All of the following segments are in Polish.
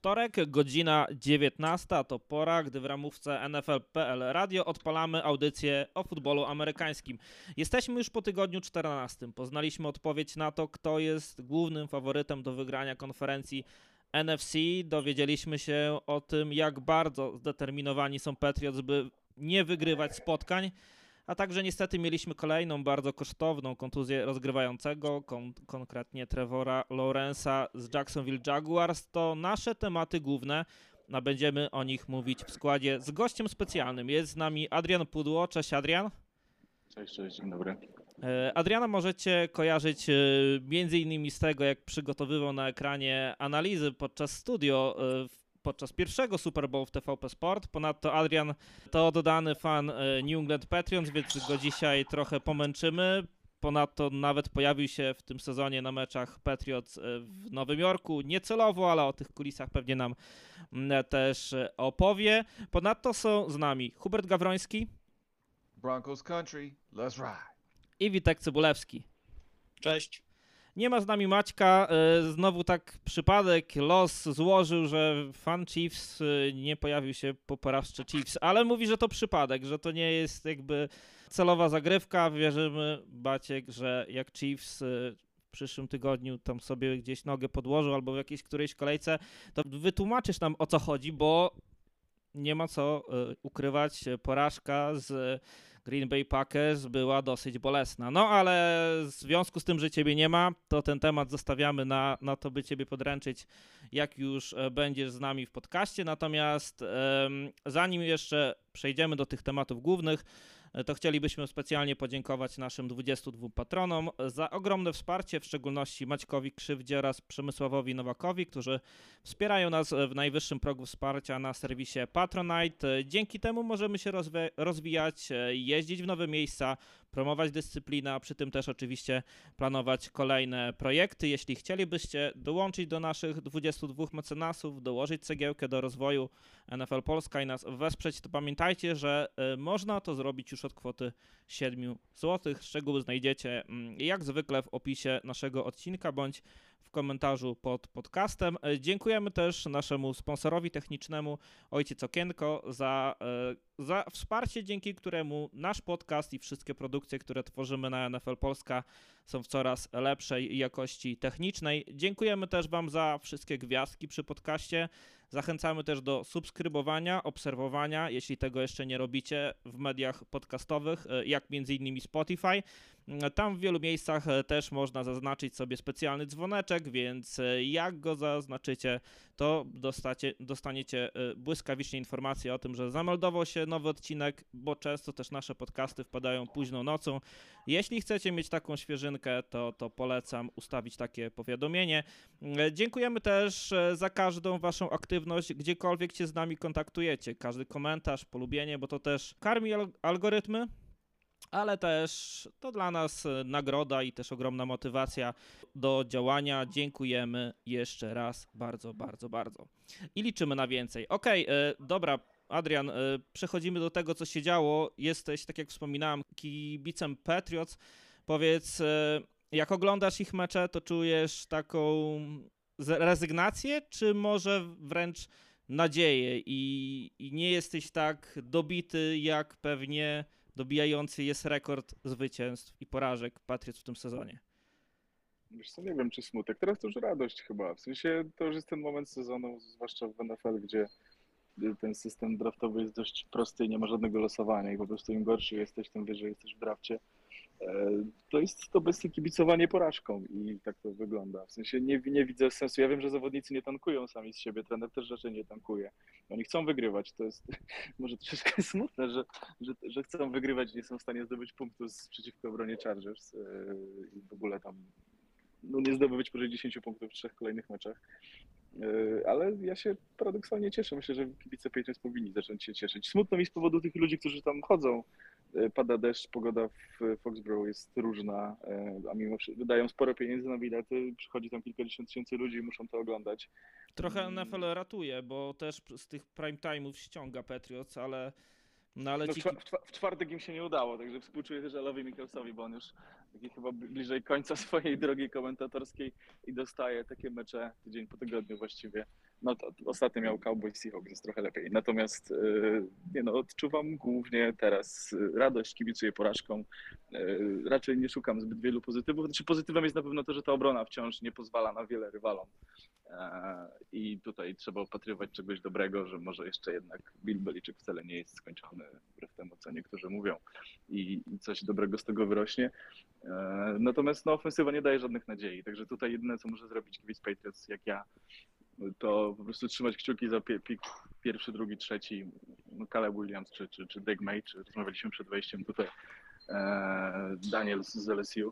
wtorek, godzina 19, to pora, gdy w ramówce NFL.pl Radio odpalamy audycję o futbolu amerykańskim. Jesteśmy już po tygodniu 14. Poznaliśmy odpowiedź na to, kto jest głównym faworytem do wygrania konferencji NFC. Dowiedzieliśmy się o tym, jak bardzo zdeterminowani są Patriots, by nie wygrywać spotkań. A także niestety mieliśmy kolejną bardzo kosztowną kontuzję rozgrywającego, konkretnie Trevora Lawrence'a z Jacksonville Jaguars. To nasze tematy główne, a będziemy o nich mówić w składzie z gościem specjalnym. Jest z nami Adrian Pudło. Cześć Adrian. Cześć, dzień dobry. Adriana możecie kojarzyć między innymi z tego, jak przygotowywał na ekranie analizy podczas pierwszego Super Bowl w TVP Sport. Ponadto Adrian to oddany fan New England Patriots, więc go dzisiaj trochę pomęczymy. Ponadto nawet pojawił się w tym sezonie na meczach Patriots w Nowym Jorku. Niecelowo, ale o tych kulisach pewnie nam też opowie. Ponadto są z nami Hubert Gawroński. Broncos Country, let's ride. I Witek Cybulewski. Cześć. Nie ma z nami Maćka, znowu tak przypadek, los złożył, że fan Chiefs nie pojawił się po porażce Chiefs, ale mówi, że to przypadek, że to nie jest jakby celowa zagrywka. Wierzymy, Baciek, że jak Chiefs w przyszłym tygodniu tam sobie gdzieś nogę podłożył albo w jakiejś którejś kolejce, to wytłumaczysz nam, o co chodzi, bo nie ma co ukrywać, porażka z Green Bay Packers była dosyć bolesna. No ale w związku z tym, że ciebie nie ma, to ten temat zostawiamy na to, by ciebie podręczyć, jak już będziesz z nami w podcaście. Natomiast zanim jeszcze przejdziemy do tych tematów głównych, to chcielibyśmy specjalnie podziękować naszym 22 patronom za ogromne wsparcie, w szczególności Maćkowi Krzywdzie oraz Przemysławowi Nowakowi, którzy wspierają nas w najwyższym progu wsparcia na serwisie Patronite. Dzięki temu możemy się rozwijać, jeździć w nowe miejsca, promować dyscyplinę, a przy tym też oczywiście planować kolejne projekty. Jeśli chcielibyście dołączyć do naszych 22 mecenasów, dołożyć cegiełkę do rozwoju NFL Polska i nas wesprzeć, to pamiętajcie, że można to zrobić już od kwoty 7 zł. Szczegóły znajdziecie jak zwykle w opisie naszego odcinka bądź w komentarzu pod podcastem. Dziękujemy też naszemu sponsorowi technicznemu Ojciec Okienko za wsparcie, dzięki któremu nasz podcast i wszystkie produkcje, które tworzymy na NFL Polska, są w coraz lepszej jakości technicznej. Dziękujemy też Wam za wszystkie gwiazdki przy podcaście. Zachęcamy też do subskrybowania, obserwowania, jeśli tego jeszcze nie robicie, w mediach podcastowych, jak między innymi Spotify. Tam w wielu miejscach też można zaznaczyć sobie specjalny dzwoneczek, więc jak go zaznaczycie, to dostaniecie błyskawicznie informację o tym, że zameldował się nowy odcinek, bo często też nasze podcasty wpadają późną nocą. Jeśli chcecie mieć taką świeżynkę, to polecam ustawić takie powiadomienie. Dziękujemy też za każdą Waszą aktywność, gdziekolwiek się z nami kontaktujecie. Każdy komentarz, polubienie, bo to też karmi algorytmy, ale też to dla nas nagroda i też ogromna motywacja do działania. Dziękujemy jeszcze raz bardzo, bardzo, bardzo. I liczymy na więcej. Okej, dobra, Adrian, przechodzimy do tego, co się działo. Jesteś, tak jak wspominałem, kibicem Patriots. Powiedz, jak oglądasz ich mecze, to czujesz taką rezygnację, czy może wręcz nadzieję i nie jesteś tak dobity, jak pewnie dobijający jest rekord zwycięstw i porażek Patriots w tym sezonie? Wiesz co, nie wiem, czy smutek. Teraz to już radość chyba. W sensie to już jest ten moment sezonu, zwłaszcza w NFL, gdzie ten system draftowy jest dość prosty i nie ma żadnego losowania i po prostu im gorszy jesteś, tym wyżej jesteś w drafcie. To jest to obecnie kibicowanie porażką i tak to wygląda. W sensie nie widzę sensu. Ja wiem, że zawodnicy nie tankują sami z siebie, trener też raczej nie tankuje. Oni chcą wygrywać. To jest może troszeczkę smutne, że chcą wygrywać i nie są w stanie zdobyć punktu przeciwko obronie Chargers i w ogóle tam nie zdobyć powyżej 10 punktów w 3 kolejnych meczach. Ale ja się paradoksalnie cieszę. Myślę, że kibice Patriots powinni zacząć się cieszyć. Smutno mi z powodu tych ludzi, którzy tam chodzą. Pada deszcz, pogoda w Foxborough jest różna, a mimo wszystko wydają sporo pieniędzy na bilety, przychodzi tam kilkadziesiąt tysięcy ludzi i muszą to oglądać. Trochę NFL ratuje, bo też z tych prime time'ów ściąga Patriots, ale w czwartek im się nie udało, także współczuję też Alowi Michaelsowi, bo on już taki chyba bliżej końca swojej drogi komentatorskiej i dostaje takie mecze tydzień po tygodniu właściwie. No to ostatnio miał Cowboys Seahawks, jest trochę lepiej. Natomiast nie no, odczuwam głównie teraz radość, kibicuję porażką. Raczej nie szukam zbyt wielu pozytywów. Znaczy pozytywem jest na pewno to, że ta obrona wciąż nie pozwala na wiele rywalom. I tutaj trzeba opatrywać czegoś dobrego, że może jeszcze jednak Bill Belichick wcale nie jest skończony, wbrew temu, co niektórzy mówią. I coś dobrego z tego wyrośnie. Natomiast no, ofensywa nie daje żadnych nadziei. Także tutaj jedyne, co może zrobić kibic Patriots, jak ja, to po prostu trzymać kciuki za pik pierwszy, drugi, trzeci, no Caleb Williams czy Drake May, czy rozmawialiśmy przed wejściem tutaj, Daniel z LSU.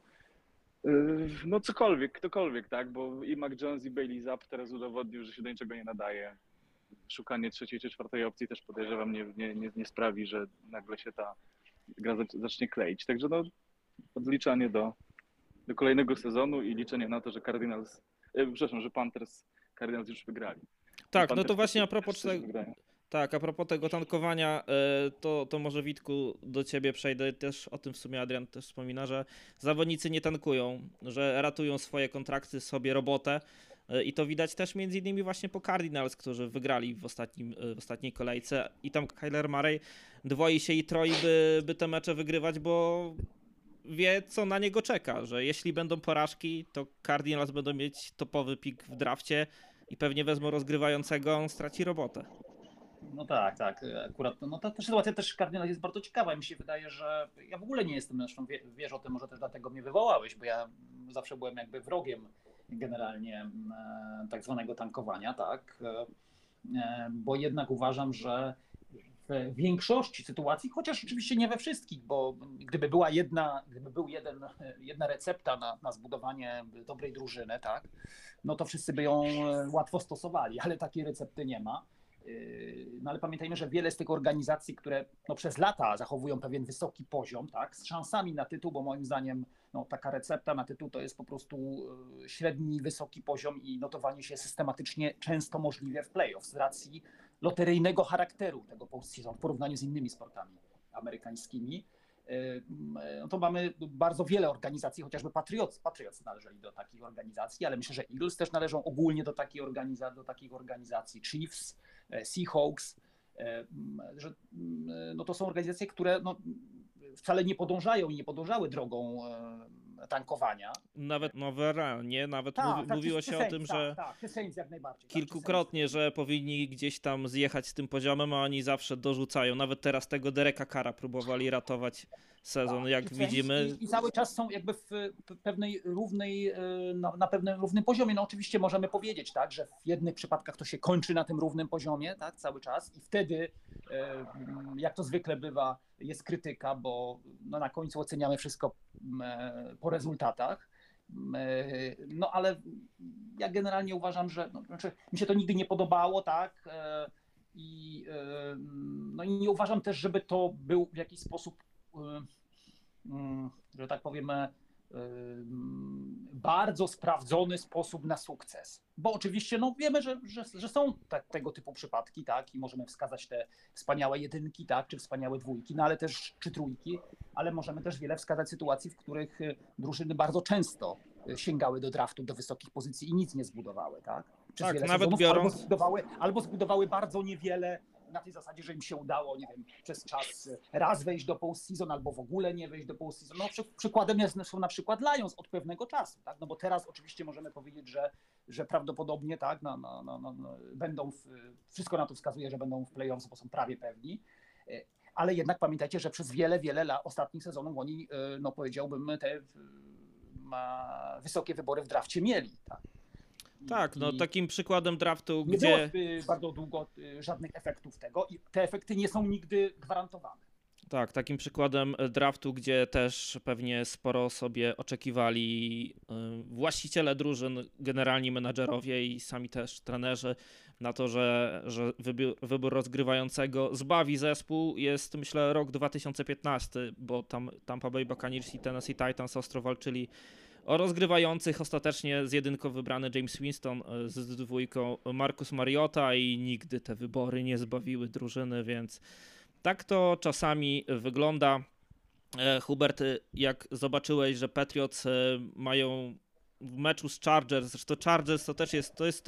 No ktokolwiek, tak, bo i Mac Jones i Bailey Zapp teraz udowodnił, że się do niczego nie nadaje. Szukanie trzeciej czy czwartej opcji też podejrzewam nie sprawi, że nagle się ta gra zacznie kleić. Także no, odliczanie do kolejnego sezonu i liczenie na to, że że Cardinals już wygrali. Tak, no to właśnie a propos tego, tak, a propos tego tankowania, to może Witku do ciebie przejdę, też o tym w sumie Adrian też wspomina, że zawodnicy nie tankują, że ratują swoje kontrakty, sobie robotę i to widać też między innymi właśnie po Cardinals, którzy wygrali w ostatniej kolejce i tam Kyler Murray dwoi się i troi, by te mecze wygrywać, bo wie, co na niego czeka, że jeśli będą porażki, to Cardinals będą mieć topowy pik w drafcie i pewnie wezmą rozgrywającego, on straci robotę. No tak, akurat no ta sytuacja też Cardinals jest bardzo ciekawa. Mi się wydaje, że ja w ogóle nie jestem, zresztą wiesz o tym, może też dlatego mnie wywołałeś, bo ja zawsze byłem jakby wrogiem generalnie tak zwanego tankowania, tak, bo jednak uważam, że w większości sytuacji, chociaż oczywiście nie we wszystkich, bo gdyby była jedna recepta na zbudowanie dobrej drużyny, tak, no to wszyscy by ją łatwo stosowali, ale takiej recepty nie ma. No ale pamiętajmy, że wiele z tych organizacji, które no, przez lata zachowują pewien wysoki poziom, tak, z szansami na tytuł, bo moim zdaniem no, taka recepta na tytuł to jest po prostu średni, wysoki poziom i notowanie się systematycznie często możliwe w playoff z racji loteryjnego charakteru tego postseason w porównaniu z innymi sportami amerykańskimi. No to mamy bardzo wiele organizacji, chociażby Patriots należeli do takich organizacji, ale myślę, że Eagles też należą ogólnie do takich organizacji, Chiefs, Seahawks, że no to są organizacje, które no wcale nie podążają i nie podążały drogą tankowania. Nawet realnie, mówiło się o tym, że Saints jak najbardziej. Kilkukrotnie, że powinni gdzieś tam zjechać z tym poziomem, a oni zawsze dorzucają. Nawet teraz tego Dereka Carra próbowali ratować sezon, jak widzimy. I cały czas są jakby w pewnej na pewnym równym poziomie. No oczywiście możemy powiedzieć, tak, że w jednych przypadkach to się kończy na tym równym poziomie, tak, cały czas i wtedy, jak to zwykle bywa, jest krytyka, bo no, na końcu oceniamy wszystko po rezultatach. No ale ja generalnie uważam, że mi się to nigdy nie podobało, tak, i nie uważam też, żeby to był w jakiś sposób, że tak powiemy, bardzo sprawdzony sposób na sukces. Bo oczywiście no, wiemy, że są tego typu przypadki, tak, i możemy wskazać te wspaniałe jedynki, tak, czy wspaniałe dwójki, no ale też czy trójki, ale możemy też wiele wskazać sytuacji, w których drużyny bardzo często sięgały do draftu, do wysokich pozycji i nic nie zbudowały, tak? Przez tak, wiele nawet sezonów biorąc... albo zbudowały bardzo niewiele na tej zasadzie, że im się udało, nie wiem, przez czas raz wejść do postseason albo w ogóle nie wejść do postseason. No, przykładem są na przykład Lions od pewnego czasu, tak? No bo teraz oczywiście możemy powiedzieć, że prawdopodobnie tak, będą, wszystko na to wskazuje, że będą w playoffs, bo są prawie pewni. Ale jednak pamiętajcie, że przez wiele ostatnich sezonów oni, no powiedziałbym, te wysokie wybory w drafcie mieli, tak? Tak, no takim przykładem draftu, nie gdzie... było bardzo długo żadnych efektów tego i te efekty nie są nigdy gwarantowane. Tak, takim przykładem draftu, gdzie też pewnie sporo sobie oczekiwali właściciele drużyn, generalni menadżerowie i sami też trenerzy na to, że wybór rozgrywającego zbawi zespół, jest myślę rok 2015, bo tam Tampa Bay Buccaneers i Tennessee Titans ostro walczyli o rozgrywających. Ostatecznie z jedynką wybrany James Winston, z dwójką Marcus Mariota i nigdy te wybory nie zbawiły drużyny, więc tak to czasami wygląda. Hubert, jak zobaczyłeś, że Patriots mają w meczu z Chargers, zresztą Chargers to jest też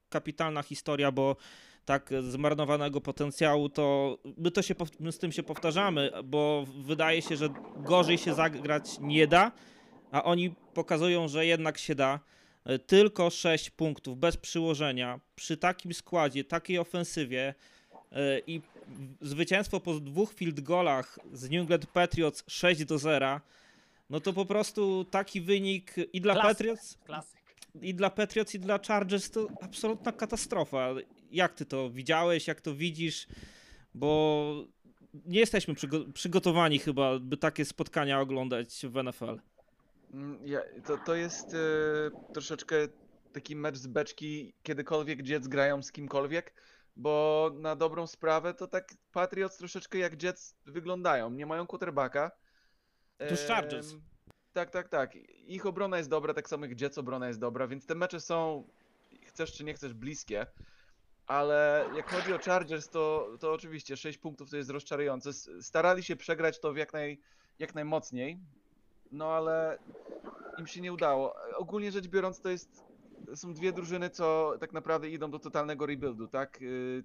kapitalna historia, bo tak zmarnowanego potencjału, to my z tym się powtarzamy, bo wydaje się, że gorzej się zagrać nie da, a oni pokazują, że jednak się da. Tylko 6 punktów bez przyłożenia przy takim składzie, takiej ofensywie i zwycięstwo po 2 field goalach z New England Patriots 6-0, no to po prostu taki wynik i dla Patriots, i dla Patriots, i dla Chargers to absolutna katastrofa. Jak ty to widziałeś, jak to widzisz? Bo nie jesteśmy przygotowani chyba, by takie spotkania oglądać w NFL. To jest troszeczkę taki mecz z beczki, kiedykolwiek Jets grają z kimkolwiek, bo na dobrą sprawę to tak Patriots troszeczkę jak Jets wyglądają. Nie mają quarterbacka. To już Chargers. Tak. Ich obrona jest dobra, tak samo jak Jets obrona jest dobra, więc te mecze są, chcesz czy nie chcesz, bliskie. Ale jak chodzi o Chargers, to oczywiście 6 punktów to jest rozczarowujące. Starali się przegrać to jak najmocniej, no ale im się nie udało. Ogólnie rzecz biorąc, są dwie drużyny, co tak naprawdę idą do totalnego rebuildu, tak?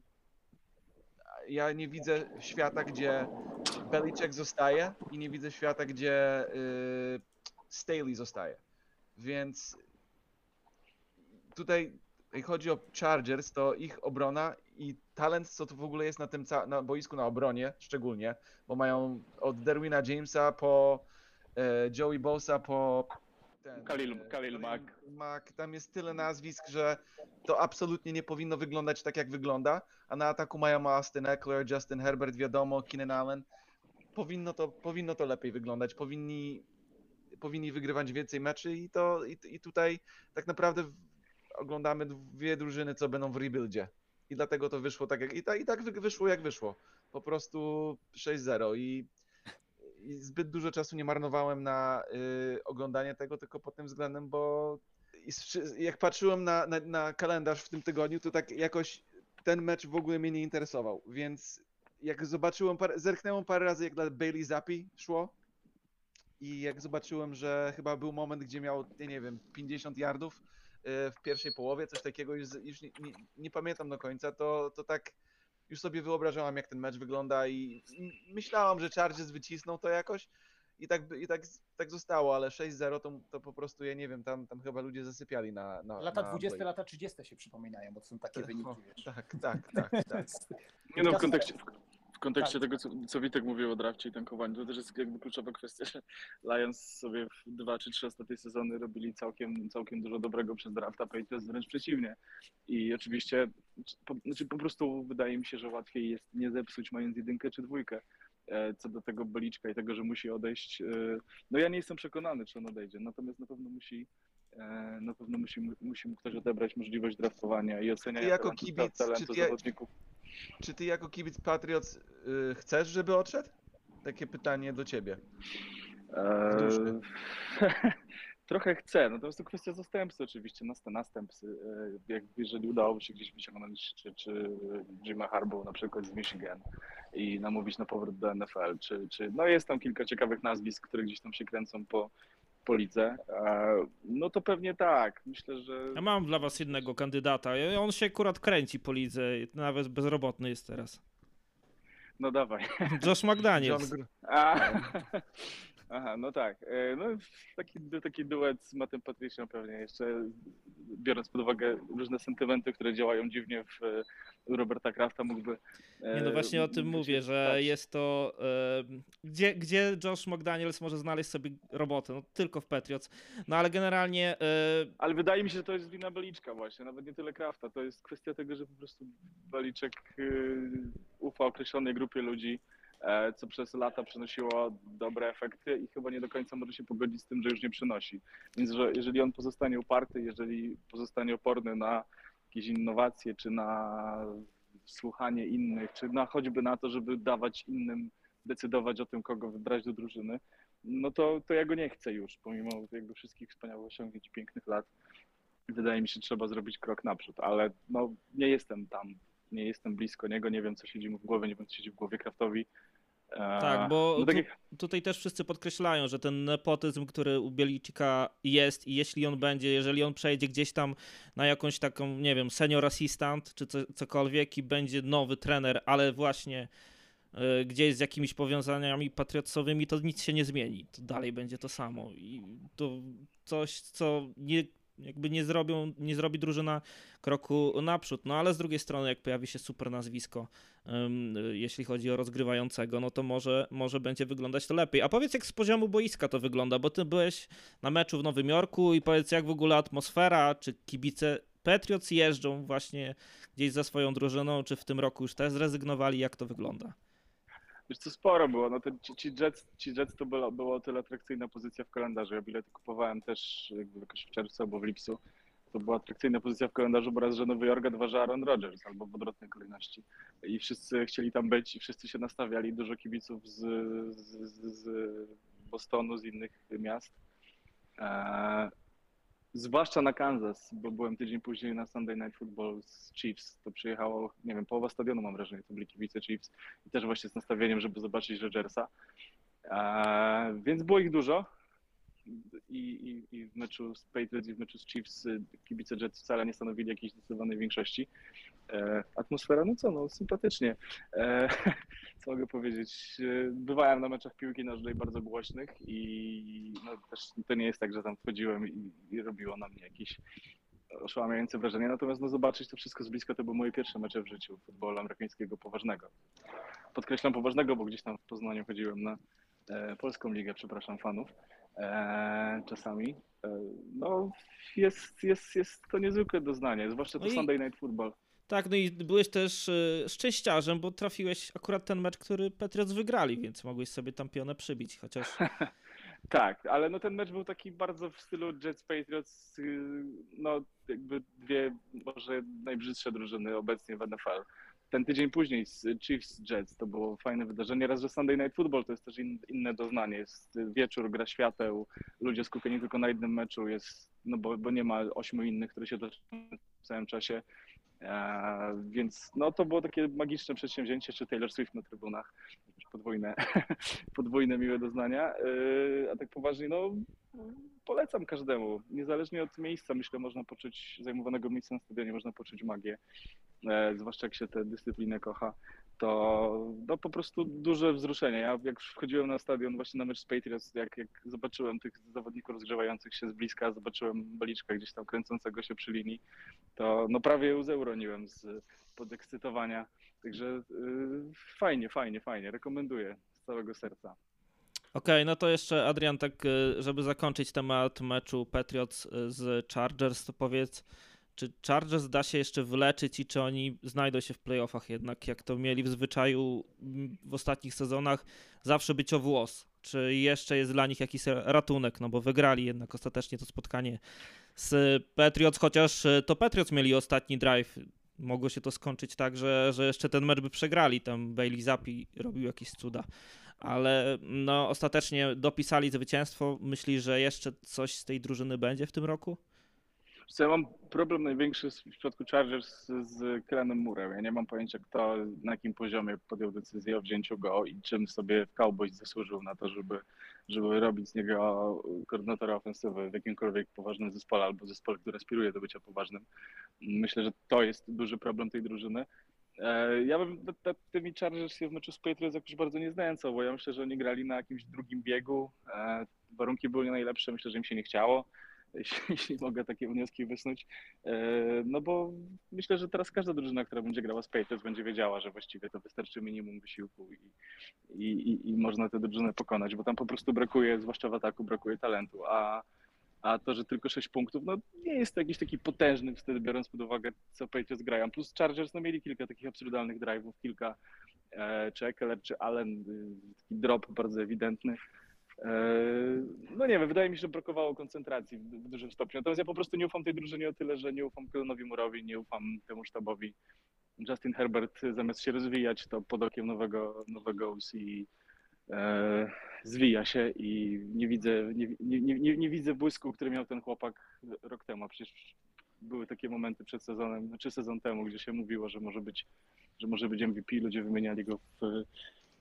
Ja nie widzę świata, gdzie Belichick zostaje i nie widzę świata, gdzie Staley zostaje. Więc tutaj, jak chodzi o Chargers, to ich obrona i talent, co to w ogóle jest na boisku, na obronie szczególnie, bo mają od Derwina Jamesa po Joey Bosa, po Khalil Mack. Tam jest tyle nazwisk, że to absolutnie nie powinno wyglądać tak, jak wygląda, a na ataku mają Austin Eckler, Justin Herbert, wiadomo, Keenan Allen. Powinno to lepiej wyglądać, powinni wygrywać więcej meczy i tutaj tak naprawdę oglądamy dwie drużyny, co będą w rebuildzie. I dlatego to wyszło tak, i tak wyszło, jak wyszło. Po prostu 6-0 i zbyt dużo czasu nie marnowałem na oglądanie tego, tylko pod tym względem, bo jak patrzyłem na kalendarz w tym tygodniu, to tak jakoś ten mecz w ogóle mnie nie interesował, więc jak zobaczyłem, zerknąłem parę razy, jak dla Bailey Zappi szło i jak zobaczyłem, że chyba był moment, gdzie miał, nie wiem, 50 yardów w pierwszej połowie, coś takiego, już nie pamiętam do końca, to tak już sobie wyobrażałam, jak ten mecz wygląda i myślałam, że Chargers wycisną to jakoś i tak zostało, ale 6-0 to po prostu, ja nie wiem, tam chyba ludzie zasypiali na Lata na 20, boisku. lata 30 się przypominają, bo to są takie wyniki, wiesz. Tak. Nie no, w kontekście tego, co Witek mówił o drafcie i tankowaniu, to też jest jakby kluczowa kwestia, że Lions sobie w 2 czy 3 ostatnie sezony robili całkiem dużo dobrego przez draft, a Patriots wręcz przeciwnie. I oczywiście, po prostu wydaje mi się, że łatwiej jest nie zepsuć, mając 1 czy 2. Co do tego Beliczka i tego, że musi odejść. No ja nie jestem przekonany, czy on odejdzie, natomiast na pewno musi mu ktoś odebrać możliwość draftowania i oceniania talentu zawodników. Czy ty jako kibic Patriots chcesz, żeby odszedł? Takie pytanie do ciebie. Trochę chcę, natomiast to kwestia zastępcy oczywiście, następcy. Jeżeli udałoby się gdzieś wyciągnąć czy Jima Harbaugh na przykład z Michigan i namówić na powrót do NFL, no jest tam kilka ciekawych nazwisk, które gdzieś tam się kręcą po lidze, no to pewnie tak. Myślę, że... Ja mam dla was jednego kandydata. On się akurat kręci po lidze, nawet bezrobotny jest teraz. No dawaj. Josh McDaniels. Aha, no tak. No taki duet z Mattem Patricią pewnie jeszcze, biorąc pod uwagę różne sentymenty, które działają dziwnie w Roberta Krafta, mógłby... Nie, no właśnie o tym mówię, że jest to... Gdzie Josh McDaniels może znaleźć sobie robotę? No tylko w Patriots. No ale generalnie... Ale wydaje mi się, że to jest wina Beliczka właśnie, nawet nie tyle Krafta. To jest kwestia tego, że po prostu Beliczek ufa określonej grupie ludzi, co przez lata przynosiło dobre efekty i chyba nie do końca może się pogodzić z tym, że już nie przynosi. Więc że jeżeli on pozostanie uparty, jeżeli pozostanie oporny na jakieś innowacje, czy na słuchanie innych, czy choćby na to, żeby dawać innym decydować o tym, kogo wybrać do drużyny, no to ja go nie chcę już, pomimo jakby wszystkich wspaniałych osiągnięć i pięknych lat. Wydaje mi się, że trzeba zrobić krok naprzód, ale no nie jestem tam, nie jestem blisko niego, nie wiem, co siedzi mu w głowie, nie wiem, co siedzi w głowie Kraftowi. Tak, bo No tak jak, tutaj też wszyscy podkreślają, że ten nepotyzm, który u Bielicika jest i jeśli on będzie, jeżeli on przejdzie gdzieś tam na jakąś taką, nie wiem, senior assistant czy cokolwiek i będzie nowy trener, ale właśnie gdzieś z jakimiś powiązaniami patriotsowymi, to nic się nie zmieni. To dalej będzie to samo i to coś, co jakby nie zrobi drużyna kroku naprzód. No ale z drugiej strony, jak pojawi się super nazwisko, jeśli chodzi o rozgrywającego, no to może będzie wyglądać to lepiej. A powiedz, jak z poziomu boiska to wygląda, bo ty byłeś na meczu w Nowym Jorku i powiedz, jak w ogóle atmosfera, czy kibice Patriots jeżdżą właśnie gdzieś za swoją drużyną, czy w tym roku już też zrezygnowali, jak to wygląda? wiesz co, sporo było. No ci Jets to była o tyle atrakcyjna pozycja w kalendarzu. Ja bilety kupowałem też jakby jakoś w czerwcu albo w lipcu. To była atrakcyjna pozycja w kalendarzu, bo raz, że Nowy Jork, a dwa, że Aaron Rodgers, albo w odwrotnej kolejności. I wszyscy chcieli tam być i wszyscy się nastawiali. Dużo kibiców z Bostonu, z innych miast. Zwłaszcza na Kansas, bo byłem tydzień później na Sunday Night Football z Chiefs. To przyjechało, nie wiem, połowa stadionu, mam wrażenie, to byli kibice Chiefs. I też właśnie z nastawieniem, żeby zobaczyć Rodgersa. Więc było ich dużo. I w meczu z Patriots i w meczu z Chiefs kibice Jets wcale nie stanowili jakiejś zdecydowanej większości. Atmosfera, no co, no sympatycznie. Co mogę powiedzieć? Bywałem na meczach piłki nożnej bardzo głośnych i no, też to nie jest tak, że tam wchodziłem i robiło na mnie jakieś oszałamiające wrażenie. Natomiast no, zobaczyć to wszystko z bliska to były moje pierwsze mecze w życiu futbolu amerykańskiego poważnego. Podkreślam poważnego, bo gdzieś tam w Poznaniu chodziłem na polską ligę, przepraszam fanów, czasami. No jest to niezwykłe doznanie, zwłaszcza to No i Sunday Night Football. tak, no i byłeś też szczęściarzem, bo trafiłeś akurat ten mecz, który Patriots wygrali, więc mogłeś sobie tam pionę przybić, chociaż... Tak, ale no ten mecz był taki bardzo w stylu Jets Patriots, no jakby dwie może najbrzydsze drużyny obecnie w NFL. Ten tydzień później z Chiefs Jets to było fajne wydarzenie. Raz, że Sunday Night Football to jest też inne doznanie. Jest wieczór, gra świateł, ludzie skupieni tylko na jednym meczu, jest, no bo nie ma 8 innych, które się toczą w całym czasie. Więc no to było takie magiczne przedsięwzięcie, czy Taylor Swift na trybunach, podwójne miłe doznania, a tak poważnie, no polecam każdemu, niezależnie od miejsca, myślę, można poczuć, zajmowanego miejsca na stadionie, można poczuć magię, zwłaszcza jak się tę dyscyplinę kocha, to no, po prostu duże wzruszenie. Ja jak wchodziłem na stadion właśnie na mecz z Patriots, jak zobaczyłem tych zawodników rozgrzewających się z bliska, zobaczyłem Beliczka gdzieś tam kręcącego się przy linii, to no prawie łzę uroniłem z podekscytowania. Także fajnie, rekomenduję z całego serca. Okej, no to jeszcze Adrian, tak żeby zakończyć temat meczu Patriots z Chargers, to powiedz, czy Chargers da się jeszcze wyleczyć i czy oni znajdą się w playoffach jednak, jak to mieli w zwyczaju w ostatnich sezonach, zawsze być o włos? Czy jeszcze jest dla nich jakiś ratunek, no bo wygrali jednak ostatecznie to spotkanie z Patriots, chociaż to Patriots mieli ostatni drive. Mogło się to skończyć tak, że jeszcze ten mecz by przegrali, tam Bailey Zappi robił jakieś cuda. Ale no ostatecznie dopisali zwycięstwo. Myślisz, że jeszcze coś z tej drużyny będzie w tym roku? Co ja mam problem największy w przypadku Chargers z Kellanem Moorem. Ja nie mam pojęcia, kto na jakim poziomie podjął decyzję o wzięciu go i czym sobie Cowboys zasłużył na to, żeby robić z niego koordynatora ofensywy w jakimkolwiek poważnym zespole albo zespole, który aspiruje do bycia poważnym. Myślę, że to jest duży problem tej drużyny. Ja bym tymi Chargers się w meczu z Patriots jakoś bardzo nie znęcał, bo ja myślę, że oni grali na jakimś drugim biegu. Warunki były nie najlepsze, myślę, że im się nie chciało, jeśli mogę takie wnioski wysnuć. No bo myślę, że teraz każda drużyna, która będzie grała z Patriots, będzie wiedziała, że właściwie to wystarczy minimum wysiłku i można tę drużynę pokonać, bo tam po prostu brakuje, zwłaszcza w ataku, brakuje talentu, a to, że tylko 6 punktów, no nie jest to jakiś taki potężny wtedy, biorąc pod uwagę, co Patriots grają. Plus Chargers no, mieli kilka takich absurdalnych drive'ów, czy Ekeler, czy Allen, taki drop bardzo ewidentny. No nie wiem, wydaje mi się, że brakowało koncentracji w dużym stopniu. Natomiast ja po prostu nie ufam tej drużynie o tyle, że nie ufam Kellanowi Moore'owi, nie ufam temu sztabowi. Justin Herbert zamiast się rozwijać, to pod okiem nowego OC zwija się i nie widzę błysku, który miał ten chłopak rok temu. Przecież były takie momenty przed sezonem, czy sezon temu, gdzie się mówiło, że może być MVP, ludzie wymieniali go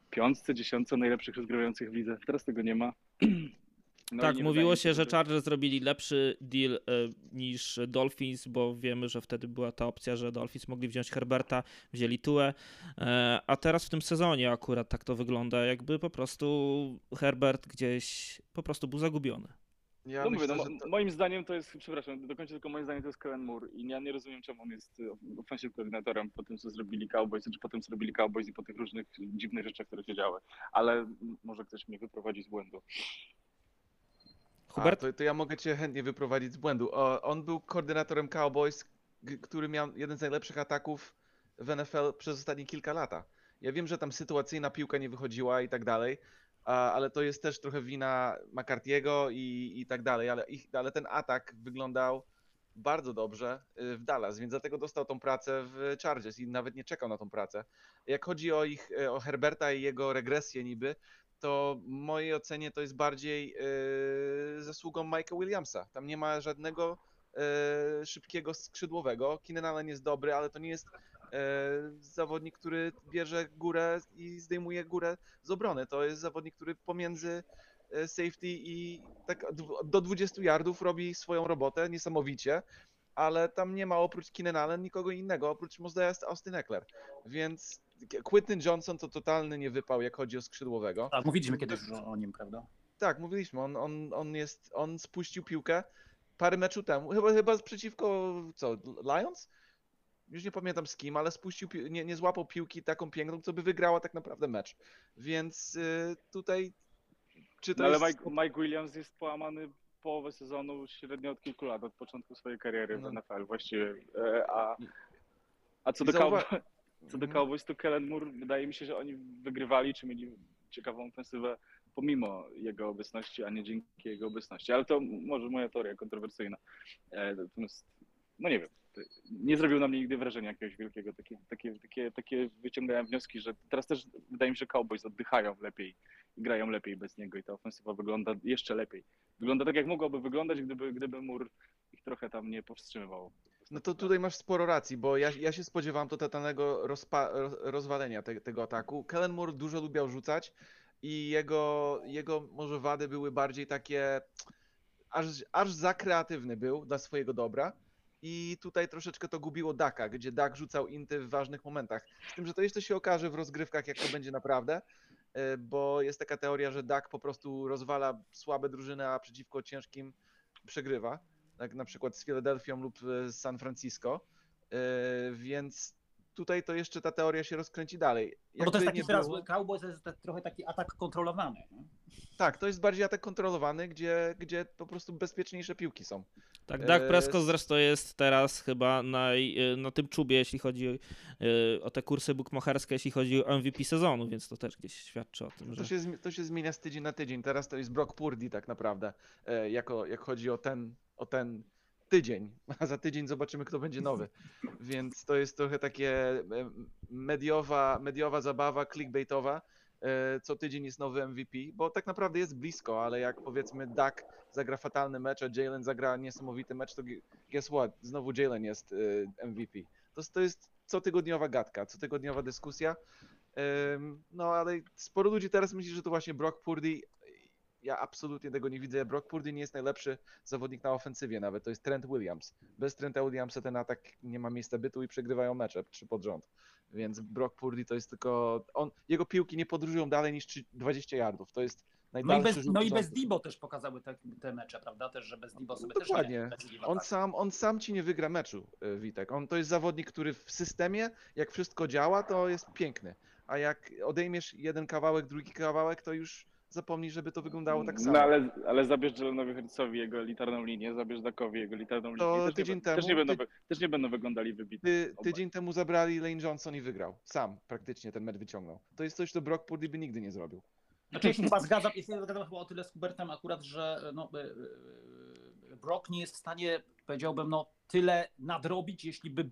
piątce, dziesiątce najlepszych rozgrywających w lidze. Teraz tego nie ma. No Tak, i nie mówiło wydaje mi się, że to- Chargers zrobili lepszy deal niż Dolphins, bo wiemy, że wtedy była ta opcja, że Dolphins mogli wziąć Herberta, wzięli Tuę, a teraz w tym sezonie akurat tak to wygląda, jakby po prostu Herbert gdzieś po prostu był zagubiony. Ja No mówię, myślę, no, że to... moim zdaniem to jest, przepraszam, dokończę tylko moim zdaniem to jest Kellen Moore i ja nie rozumiem, czemu on jest offensive koordynatorem po tym, co zrobili Cowboys, czy po tym, co robili Cowboys i po tych różnych dziwnych rzeczach, które się działy, ale może ktoś mnie wyprowadzi z błędu. Hubert? To ja mogę cię chętnie wyprowadzić z błędu. On był koordynatorem Cowboys, który miał jeden z najlepszych ataków w NFL przez ostatnie kilka lat. Ja wiem, że tam sytuacyjna piłka nie wychodziła i tak dalej, ale to jest też trochę wina McCarthy'ego i tak dalej, ale ten atak wyglądał bardzo dobrze w Dallas, więc dlatego dostał tą pracę w Chargers i nawet nie czekał na tą pracę. Jak chodzi o Herberta i jego regresję niby, to w mojej ocenie to jest bardziej zasługą Mike'a Williamsa. Tam nie ma żadnego szybkiego skrzydłowego. Keenan Allen jest dobry, ale to nie jest zawodnik, który bierze górę i zdejmuje górę z obrony. To jest zawodnik, który pomiędzy safety i tak do 20 yardów robi swoją robotę niesamowicie, ale tam nie ma oprócz Keenan Allen nikogo innego, oprócz Mosdale'a Austin Eckler. Więc Quentin Johnson to totalny niewypał, jak chodzi o skrzydłowego. Tak, mówiliśmy kiedyś już o nim, prawda? Tak, mówiliśmy, on spuścił piłkę parę meczów temu, chyba przeciwko Lions? Już nie pamiętam z kim, ale spuścił, nie złapał piłki taką piękną, co by wygrała tak naprawdę mecz. Więc tutaj, czy to No ale jest... Mike Williams jest połamany połowę sezonu średnio od kilku lat, od początku swojej kariery w No. NFL właściwie. A co I do zauwa- Cowboys, to Kellen Moore, wydaje mi się, że oni wygrywali, czy mieli ciekawą ofensywę pomimo jego obecności, a nie dzięki jego obecności. Ale to może moja teoria kontrowersyjna. Natomiast, no nie wiem, nie zrobił na mnie nigdy wrażenia jakiegoś wielkiego. Takie wyciągałem wnioski, że teraz też wydaje mi się, że Cowboys oddychają lepiej i grają lepiej bez niego i ta ofensywa wygląda jeszcze lepiej. Wygląda tak, jak mogłaby wyglądać, gdyby Moore ich trochę tam nie powstrzymywał. No to tutaj masz sporo racji, bo ja się spodziewałem totalnego rozwalenia tego ataku. Kellen Moore dużo lubiał rzucać i jego może wady były bardziej takie, aż za kreatywny był dla swojego dobra. I tutaj troszeczkę to gubiło Daka, gdzie Dak rzucał inty w ważnych momentach. Z tym, że to jeszcze się okaże w rozgrywkach, jak to będzie naprawdę, bo jest taka teoria, że Dak po prostu rozwala słabe drużyny, a przeciwko ciężkim przegrywa. Jak na przykład z Filadelfią lub z San Francisco, więc tutaj to jeszcze ta teoria się rozkręci dalej. No bo to jest Jakby taki nie teraz, było- Cowboys to jest trochę taki atak kontrolowany. Nie? Tak, to jest bardziej atak kontrolowany, gdzie po prostu bezpieczniejsze piłki są. Tak, Dak Eee, Prescott zresztą jest teraz chyba na tym czubie, jeśli chodzi o te kursy bukmacherskie, jeśli chodzi o MVP sezonu, więc to też gdzieś świadczy o tym, że... To się zmienia z tydzień na tydzień. Teraz to jest Brock Purdy tak naprawdę, jak chodzi o ten tydzień, a za tydzień zobaczymy, kto będzie nowy. Więc to jest trochę takie mediowa zabawa, clickbaitowa. Co tydzień jest nowy MVP, bo tak naprawdę jest blisko, ale jak powiedzmy Dak zagra fatalny mecz, a Jalen zagra niesamowity mecz, to guess what? Znowu Jalen jest MVP. To jest cotygodniowa gadka, cotygodniowa dyskusja. No ale sporo ludzi teraz myśli, że to właśnie Brock Purdy. Ja absolutnie tego nie widzę. Brock Purdy nie jest najlepszy zawodnik na ofensywie nawet. To jest Trent Williams. Bez Trenta Williamsa ten atak nie ma miejsca bytu i przegrywają mecze 3 pod rząd. Więc Brock Purdy to jest tylko... Jego piłki nie podróżują dalej niż 20 yardów. To jest najdalszy rzut No i bez rządu. Debo też pokazały te mecze, prawda? Też, że bez Debo sobie Dokładnie. też nie radzili w ataku. On sam ci nie wygra meczu, Witek. To jest zawodnik, który w systemie, jak wszystko działa, to jest piękny. A jak odejmiesz jeden kawałek, drugi kawałek, to już zapomnij, żeby to wyglądało tak samo. No ale zabierz Jalenowi Hurtsowi jego elitarną linię, zabierz Dakowi jego elitarną To linię. tydzień Też temu- nie będą wyglądali wybitnie. Tydzień temu zabrali Lane Johnson i wygrał. Sam praktycznie ten mecz wyciągnął. To jest coś, co Brock Purdy by nigdy nie zrobił. Znaczy, ja się chyba zgadzam chyba o tyle z Hubertem akurat, że no, Brock nie jest w stanie, powiedziałbym, no, tyle nadrobić, jeśli by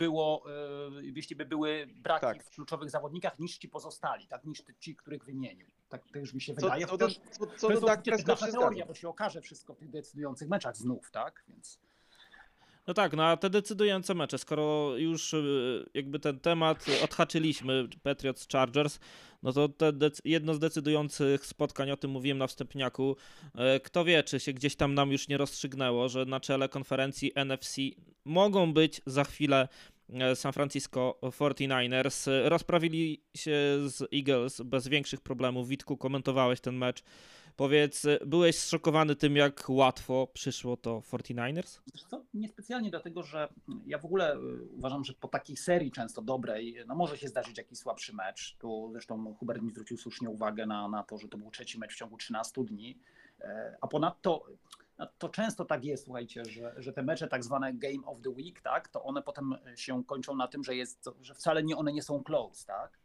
były braki Tak. w kluczowych zawodnikach niż ci pozostali, tak, niż ci, których wymienił. Tak to już mi się Co wydaje. do to Dak jest nasza Prescott się teoria, zgadza. bo się okaże wszystko w tych decydujących meczach znów, tak? Więc... No tak, no a te decydujące mecze, skoro już jakby ten temat odhaczyliśmy, Patriots Chargers, no to jedno z decydujących spotkań, o tym mówiłem na wstępniaku, kto wie, czy się gdzieś tam nam już nie rozstrzygnęło, że na czele konferencji NFC mogą być za chwilę San Francisco 49ers. Rozprawili się z Eagles bez większych problemów. Witku, komentowałeś ten mecz. Powiedz, byłeś zszokowany tym, jak łatwo przyszło to 49ers? Wiesz co? Niespecjalnie, dlatego że ja w ogóle uważam, że po takiej serii często dobrej, no może się zdarzyć jakiś słabszy mecz. Tu zresztą Hubert mi zwrócił słusznie uwagę na to, że to był trzeci mecz w ciągu 13 dni. A ponadto to często tak jest, słuchajcie, że te mecze tak zwane Game of the Week, tak, to one potem się kończą na tym, że wcale one nie są close, tak?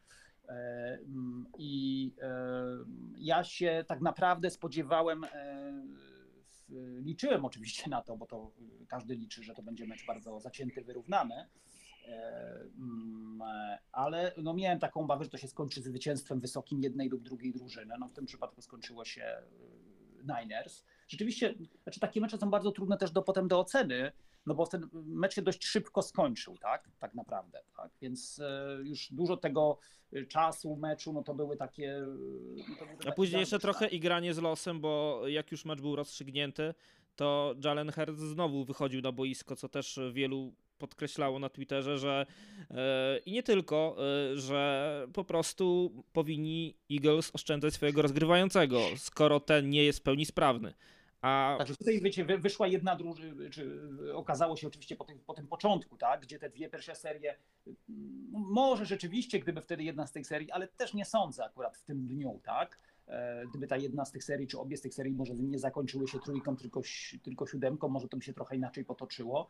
I ja się tak naprawdę spodziewałem, liczyłem oczywiście na to, bo to każdy liczy, że to będzie mecz bardzo zacięty, wyrównany, ale no miałem taką obawę, że to się skończy zwycięstwem wysokim jednej lub drugiej drużyny. No w tym przypadku skończyło się Niners. Rzeczywiście, znaczy takie mecze są bardzo trudne też potem do oceny, no bo ten mecz się dość szybko skończył, tak naprawdę, tak, więc już dużo tego czasu meczu, no to były takie... A później jeszcze trochę igranie z losem, bo jak już mecz był rozstrzygnięty, to Jalen Hurts znowu wychodził na boisko, co też wielu podkreślało na Twitterze, że i nie tylko, że po prostu powinni Eagles oszczędzać swojego rozgrywającego, skoro ten nie jest w pełni sprawny. Także tutaj, wiecie, wyszła jedna drużyna, czy okazało się oczywiście po tym początku, tak, gdzie te dwie pierwsze serie, może rzeczywiście, gdyby wtedy jedna z tych serii, ale też nie sądzę akurat w tym dniu, tak, gdyby ta jedna z tych serii, czy obie z tych serii może nie zakończyły się trójką, tylko siódemką, może to by się trochę inaczej potoczyło,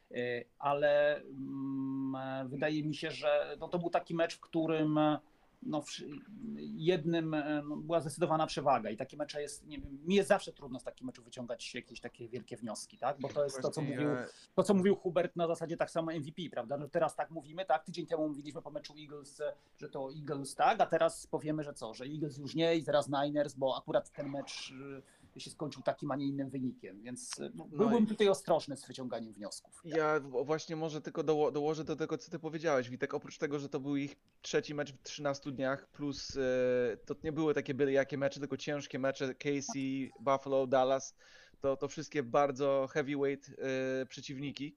ale wydaje mi się, że no, to był taki mecz, w którym no, jednym była zdecydowana przewaga i takie mecze jest, nie wiem, mi jest zawsze trudno z takich meczów wyciągać jakieś takie wielkie wnioski, tak? Bo to jest to, co mówił Hubert na zasadzie tak samo MVP, prawda? No teraz tak mówimy, tak? Tydzień temu mówiliśmy po meczu Eagles, że to Eagles, tak? A teraz powiemy, że co? Że Eagles już nie i zaraz Niners, bo akurat ten mecz się skończył takim, a nie innym wynikiem, więc byłbym tutaj ostrożny z wyciąganiem wniosków. Ja właśnie może tylko dołożę do tego, co ty powiedziałeś, Witek. Oprócz tego, że to był ich trzeci mecz w 13 dniach, plus to nie były takie byle jakie mecze, tylko ciężkie mecze, KC, Buffalo, Dallas, to wszystkie bardzo heavyweight przeciwniki.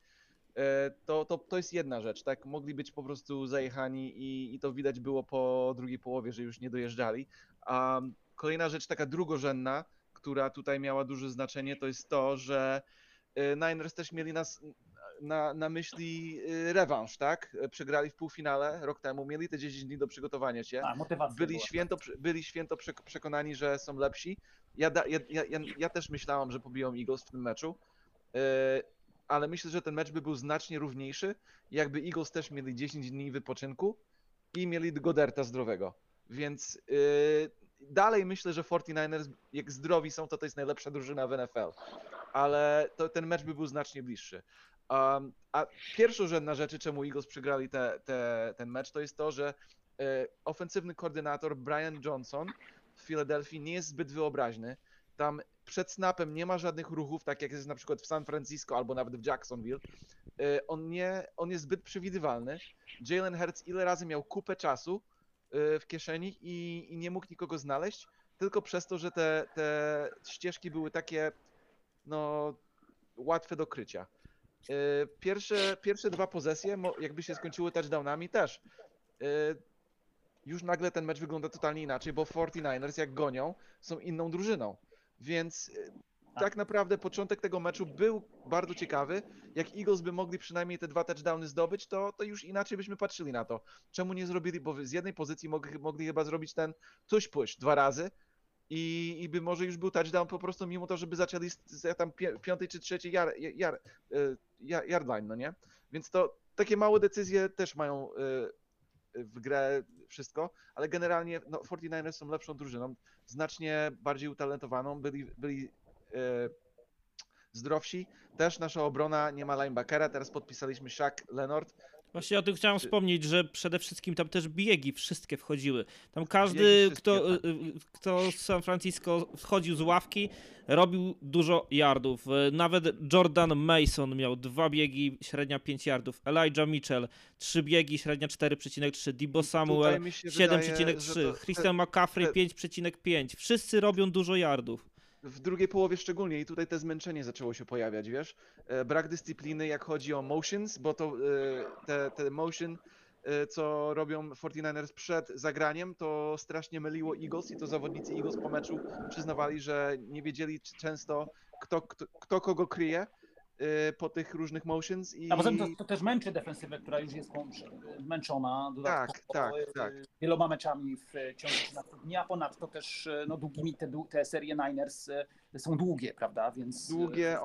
To jest jedna rzecz, tak? Mogli być po prostu zajechani i to widać było po drugiej połowie, że już nie dojeżdżali. A kolejna rzecz, taka drugorzędna, która tutaj miała duże znaczenie, to jest to, że Niners też mieli na myśli rewanż, tak? Przegrali w półfinale rok temu, mieli te 10 dni do przygotowania się. Byli święto przekonani, że są lepsi. Ja też myślałam, że pobiją Eagles w tym meczu, ale myślę, że ten mecz by był znacznie równiejszy, jakby Eagles też mieli 10 dni wypoczynku i mieli Goderta zdrowego. Więc dalej myślę, że 49ers, jak zdrowi są, to jest najlepsza drużyna w NFL. Ale ten mecz by był znacznie bliższy. A pierwszorzędna rzecz, czemu Eagles przegrali ten mecz, to jest to, że ofensywny koordynator Brian Johnson w Filadelfii nie jest zbyt wyobraźny. Tam przed snapem nie ma żadnych ruchów, tak jak jest na przykład w San Francisco albo nawet w Jacksonville. On jest zbyt przewidywalny. Jalen Hurts ile razy miał kupę czasu w kieszeni i nie mógł nikogo znaleźć, tylko przez to, że te ścieżki były takie no łatwe do krycia. Pierwsze dwa posesje, jakby się skończyły touchdownami też. Już nagle ten mecz wygląda totalnie inaczej, bo 49ers jak gonią, są inną drużyną. Więc tak naprawdę początek tego meczu był bardzo ciekawy. Jak Eagles by mogli przynajmniej te 2 touchdowny zdobyć, to już inaczej byśmy patrzyli na to. Czemu nie zrobili, bo z jednej pozycji mogli chyba zrobić ten tush push 2 razy i by może już był touchdown po prostu mimo to, żeby zaczęli z tam 5. czy 3. yard line, no nie? Więc to takie małe decyzje też mają w grę wszystko, ale generalnie no, 49ers są lepszą drużyną, znacznie bardziej utalentowaną, byli zdrowsi. Też nasza obrona nie ma linebackera, teraz podpisaliśmy Shaq Leonard, Właśnie o tym chciałem wspomnieć, że przede wszystkim tam też biegi wszystkie wchodziły. Tam Biegi każdy, wszystkie, tak. kto z San Francisco wchodził z ławki, robił dużo yardów. Nawet Jordan Mason miał 2 biegi, średnia 5 yardów. Elijah Mitchell 3 biegi, średnia 4,3. Debo Samuel Tutaj mi się wydaje, że 7,3. to Christian McCaffrey 5,5. Wszyscy robią dużo yardów. w drugiej połowie szczególnie i tutaj te zmęczenie zaczęło się pojawiać, wiesz? Brak dyscypliny, jak chodzi o motions, bo to te motion, co robią 49ers przed zagraniem, to strasznie myliło Eagles i to zawodnicy Eagles po meczu przyznawali, że nie wiedzieli często, kto kogo kryje po tych różnych motions i... A poza tym to też męczy defensywę, która już jest zmęczona dodatkowo Tak. wieloma meczami w ciągu 13 dni, a ponadto też no, długimi te serie Niners są długie, prawda? Więc Długie,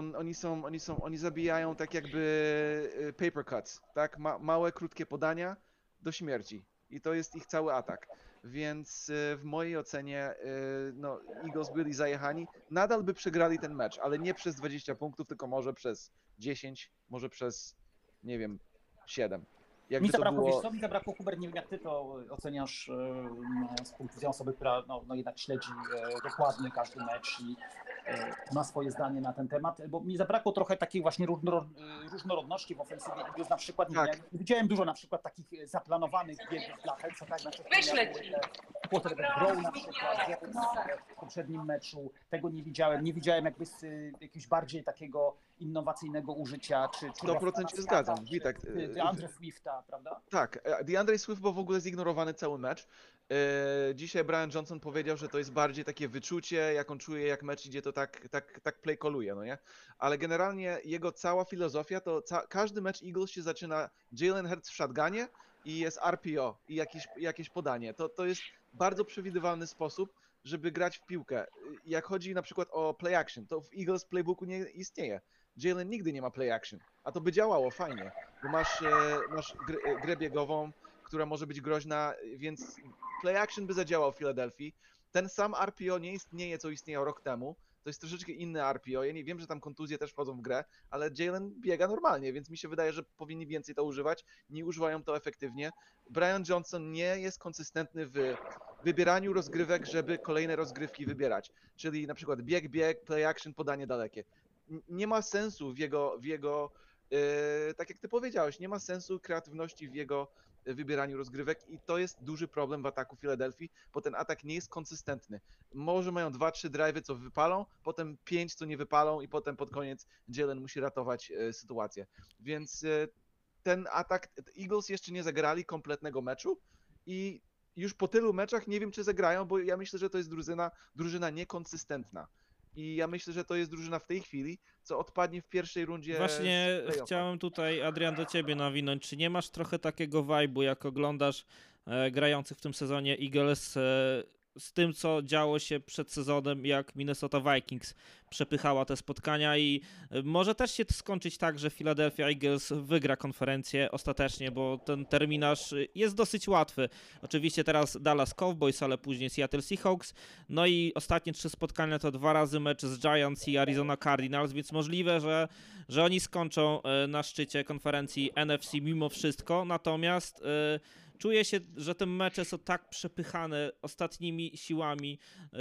oni zabijają tak jakby paper cuts, tak? Małe, krótkie podania do śmierci. I to jest ich cały atak. Więc w mojej ocenie no, Eagles byli zajechani. Nadal by przegrali ten mecz, ale nie przez 20 punktów, tylko może przez 10, może przez, nie wiem, 7. Jakby mi to zabrakło, było... wiesz co, mi zabrakło, Hubert, nie wiem jak ty to oceniasz z punktu widzenia osoby, która no jednak śledzi dokładnie każdy mecz i ma swoje zdanie na ten temat, bo mi zabrakło trochę takiej właśnie różnorodności w ofensywie Eagles, na przykład nie widziałem dużo na przykład takich zaplanowanych biegów dla Hertza, tak, na przykład quarterback Brown na przykład w poprzednim meczu, tego nie widziałem jakby jakiegoś bardziej takiego innowacyjnego użycia, czy 100% się zgadzam, Witek. DeAndre Swifta, prawda? Tak, DeAndre Swift był w ogóle zignorowany cały mecz. Dzisiaj Brian Johnson powiedział, że to jest bardziej takie wyczucie, jak on czuje, jak mecz idzie, to tak play calluje, no nie? Ale generalnie jego cała filozofia, to każdy mecz Eagles się zaczyna Jalen Hurts w shotgunie i jest RPO i jakieś podanie. To jest bardzo przewidywalny sposób, żeby grać w piłkę. Jak chodzi na przykład o play action, to w Eagles playbooku nie istnieje. Jalen nigdy nie ma play action, a to by działało fajnie, bo masz grę biegową, która może być groźna, więc play action by zadziałał w Filadelfii. Ten sam RPO nie istnieje, co istniał rok temu. To jest troszeczkę inny RPO. Ja nie wiem, że tam kontuzje też wchodzą w grę, ale Jalen biega normalnie, więc mi się wydaje, że powinni więcej to używać. Nie używają to efektywnie. Brian Johnson nie jest konsystentny w wybieraniu rozgrywek, żeby kolejne rozgrywki wybierać. Czyli na przykład bieg, play action, podanie dalekie. Nie ma sensu w jego tak jak ty powiedziałeś, nie ma sensu kreatywności w jego wybieraniu rozgrywek i to jest duży problem w ataku Filadelfii, bo ten atak nie jest konsystentny. Może mają 2-3 drive'y, co wypalą, potem 5, co nie wypalą i potem pod koniec Jalen musi ratować sytuację. Więc ten atak, Eagles jeszcze nie zagrali kompletnego meczu i już po tylu meczach nie wiem, czy zagrają, bo ja myślę, że to jest drużyna niekonsystentna. I ja myślę, że to jest drużyna w tej chwili, co odpadnie w pierwszej rundzie. Właśnie chciałem tutaj, Adrian, do ciebie nawinąć. Czy nie masz trochę takiego vibe'u, jak oglądasz grających w tym sezonie Eagles z tym, co działo się przed sezonem, jak Minnesota Vikings przepychała te spotkania i może też się to skończyć tak, że Philadelphia Eagles wygra konferencję ostatecznie, bo ten terminarz jest dosyć łatwy. Oczywiście teraz Dallas Cowboys, ale później Seattle Seahawks. No i ostatnie 3 spotkania to 2 razy mecz z Giants i Arizona Cardinals, więc możliwe, że oni skończą na szczycie konferencji NFC mimo wszystko. Natomiast czuję się, że te mecze są tak przepychane ostatnimi siłami,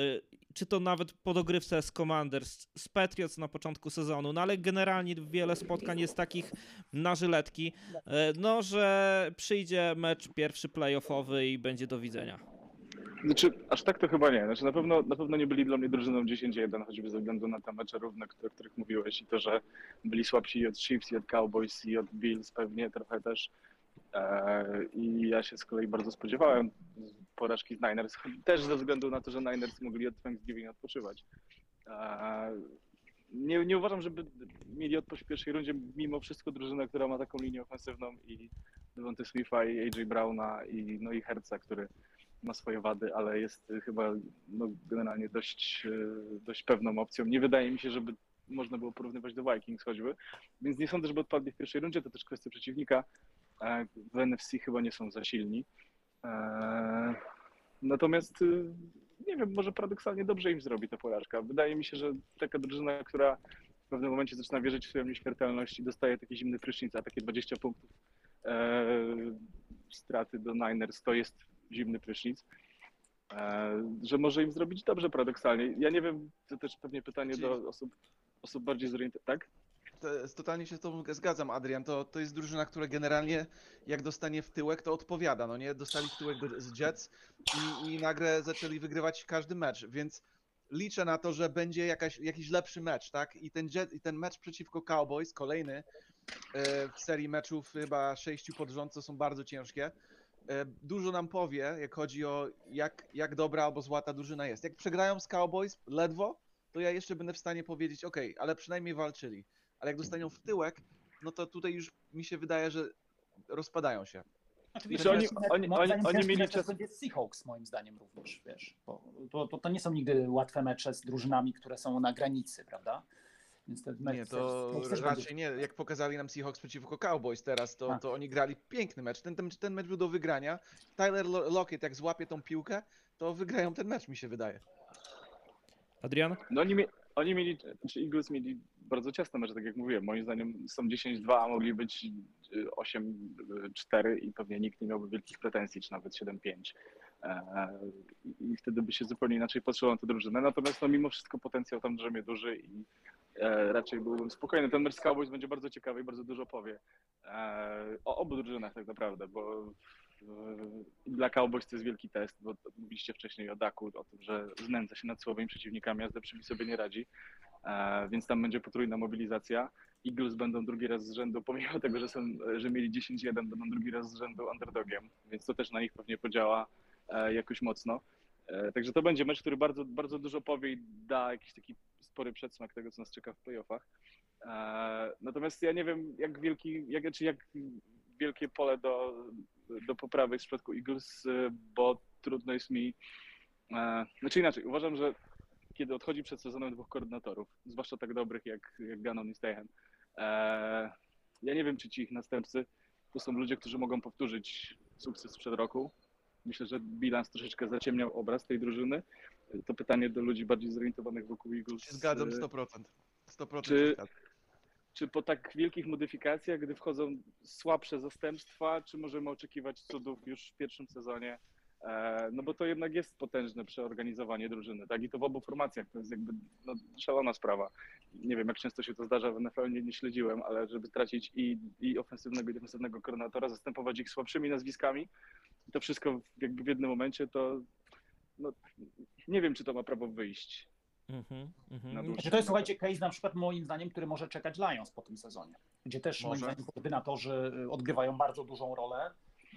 czy to nawet po dogrywce z Commanders, z Patriots na początku sezonu, no ale generalnie wiele spotkań jest takich na żyletki, no że przyjdzie mecz pierwszy playoffowy i będzie do widzenia. Znaczy, aż tak to chyba nie. Znaczy, na pewno nie byli dla mnie drużyną 10-1, choćby ze względu na te mecze równe, o których mówiłeś i to, że byli słabsi i od Chiefs, i od Cowboys, i od Bills pewnie trochę też. I ja się z kolei bardzo spodziewałem porażki z Niners, też ze względu na to, że Niners mogli od Thanksgiving odpoczywać. Nie uważam, żeby mieli odpocząć w pierwszej rundzie, mimo wszystko drużyna, która ma taką linię ofensywną i Devontae Smitha i AJ Browna i Hertza, który ma swoje wady, ale jest chyba generalnie dość pewną opcją. Nie wydaje mi się, żeby można było porównywać do Vikings choćby, więc nie sądzę, żeby odpadli w pierwszej rundzie, to też kwestia przeciwnika. W NFC chyba nie są za silni. Natomiast nie wiem, może paradoksalnie dobrze im zrobi ta porażka. Wydaje mi się, że taka drużyna, która w pewnym momencie zaczyna wierzyć w swoją nieśmiertelność i dostaje taki zimny prysznic, a takie 20 punktów straty do Niners to jest zimny prysznic, że może im zrobić dobrze paradoksalnie. Ja nie wiem, to też pewnie pytanie do osób bardziej zorientowanych, tak? Totalnie się z tobą zgadzam, Adrian. To jest drużyna, która generalnie jak dostanie w tyłek, to odpowiada, no nie? Dostali w tyłek z Jets i nagle zaczęli wygrywać każdy mecz, więc liczę na to, że będzie jakiś lepszy mecz, tak? I ten mecz przeciwko Cowboys, kolejny w serii meczów, chyba 6 pod rząd, co są bardzo ciężkie, dużo nam powie, jak chodzi o jak dobra albo zła ta drużyna jest. Jak przegrają z Cowboys ledwo, to ja jeszcze będę w stanie powiedzieć, okej, ale przynajmniej walczyli. Ale jak dostanią w tyłek, no to tutaj już mi się wydaje, że rozpadają się. Oczywiście, oni mieli mecz czas. będzie Seahawks moim zdaniem również, wiesz, bo to nie są nigdy łatwe mecze z drużynami, które są na granicy, prawda? Więc ten mecz Nie, to też raczej będzie... nie. Jak pokazali nam Seahawks przeciwko Cowboys teraz, to oni grali piękny mecz. Ten mecz był do wygrania. Tyler Lockett jak złapie tą piłkę, to wygrają ten mecz, mi się wydaje. Adrian? No oni mieli, czy Eagles mieli bardzo ciasne mecze, tak jak mówiłem. Moim zdaniem są 10-2, a mogli być 8-4 i pewnie nikt nie miałby wielkich pretensji, czy nawet 7-5. I wtedy by się zupełnie inaczej patrzyło na tę drużynę. Natomiast no, mimo wszystko potencjał tam drzemie duży i raczej byłbym spokojny. Ten mecz z Cowboys będzie bardzo ciekawy i bardzo dużo powie o obu drużynach tak naprawdę, bo dla Cowboys to jest wielki test, bo mówiliście wcześniej o Daku, o tym, że znęca się nad słabymi przeciwnikami, a z lepszymi sobie nie radzi, więc tam będzie potrójna mobilizacja. Eagles będą drugi raz z rzędu, pomimo tego, że mieli 10-1, będą drugi raz z rzędu underdogiem, więc to też na nich pewnie podziała jakoś mocno. Także to będzie mecz, który bardzo, bardzo dużo powie i da jakiś taki spory przedsmak tego, co nas czeka w playoffach. Natomiast ja nie wiem, jak wielkie pole do poprawy jest w przypadku Eagles, bo trudno jest mi... Znaczy inaczej, uważam, że kiedy odchodzi przed sezonem 2 koordynatorów, zwłaszcza tak dobrych jak Gannon i Steichen, ja nie wiem, czy ci ich następcy to są ludzie, którzy mogą powtórzyć sukces sprzed roku. Myślę, że bilans troszeczkę zaciemniał obraz tej drużyny. To pytanie do ludzi bardziej zorientowanych wokół Eagles. Się zgadzam 100%. 100% Czy- się zgadzam. Czy po tak wielkich modyfikacjach, gdy wchodzą słabsze zastępstwa, czy możemy oczekiwać cudów już w pierwszym sezonie? No bo to jednak jest potężne przeorganizowanie drużyny, tak? I to w obu formacjach, to jest jakby szalona sprawa. Nie wiem, jak często się to zdarza w NFL, nie śledziłem, ale żeby tracić i ofensywnego, i defensywnego koordynatora, zastępować ich słabszymi nazwiskami, to wszystko jakby w jednym momencie, to no, nie wiem, czy to ma prawo wyjść. Na dłuższą Znaczy to jest, słuchajcie, case na przykład moim zdaniem, który może czekać Lions po tym sezonie, gdzie też moim Może. zdaniem koordynatorzy odgrywają bardzo dużą rolę.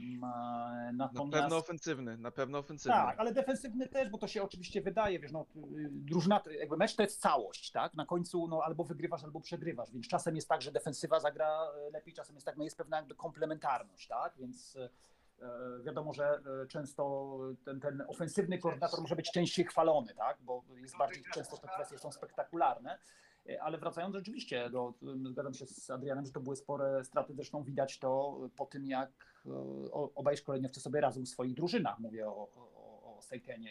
Na pewno ofensywny. Tak, ale defensywny też, bo to się oczywiście wydaje, wiesz, no, drużyna, jakby mecz to jest całość, tak? Na końcu no, albo wygrywasz, albo przegrywasz, więc czasem jest tak, że defensywa zagra lepiej, czasem jest tak, no jest pewna jakby komplementarność, tak? Więc wiadomo, że często ten ofensywny koordynator może być częściej chwalony, tak? Bo jest bardziej, często te kwestie są spektakularne. Ale wracając rzeczywiście, zgadzam się z Adrianem, że to były spore straty, zresztą widać to po tym, jak obaj szkoleniowcy sobie radzą w swoich drużynach. Mówię o Steikenie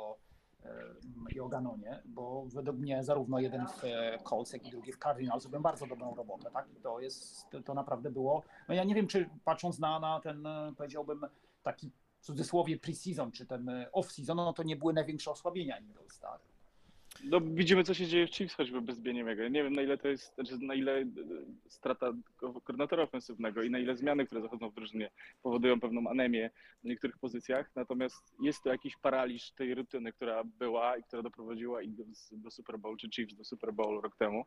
i o Gannonie, bo według mnie zarówno jeden w Colts, jak i drugi w Cardinals zrobią bardzo dobrą robotę. Tak? I to naprawdę było, no ja nie wiem, czy patrząc na ten, powiedziałbym, taki w cudzysłowie pre-season, czy ten off-season, no to nie były największe osłabienia Eagles, tak? No, widzimy, co się dzieje w Chiefs, choćby bez Bieniemiego. Nie wiem, na ile to jest, znaczy na ile strata koordynatora ofensywnego i na ile zmiany, które zachodzą w drużynie, powodują pewną anemię na niektórych pozycjach. Natomiast jest to jakiś paraliż tej rutyny, która była i która doprowadziła Eagles do Super Bowl, czy Chiefs do Super Bowl rok temu.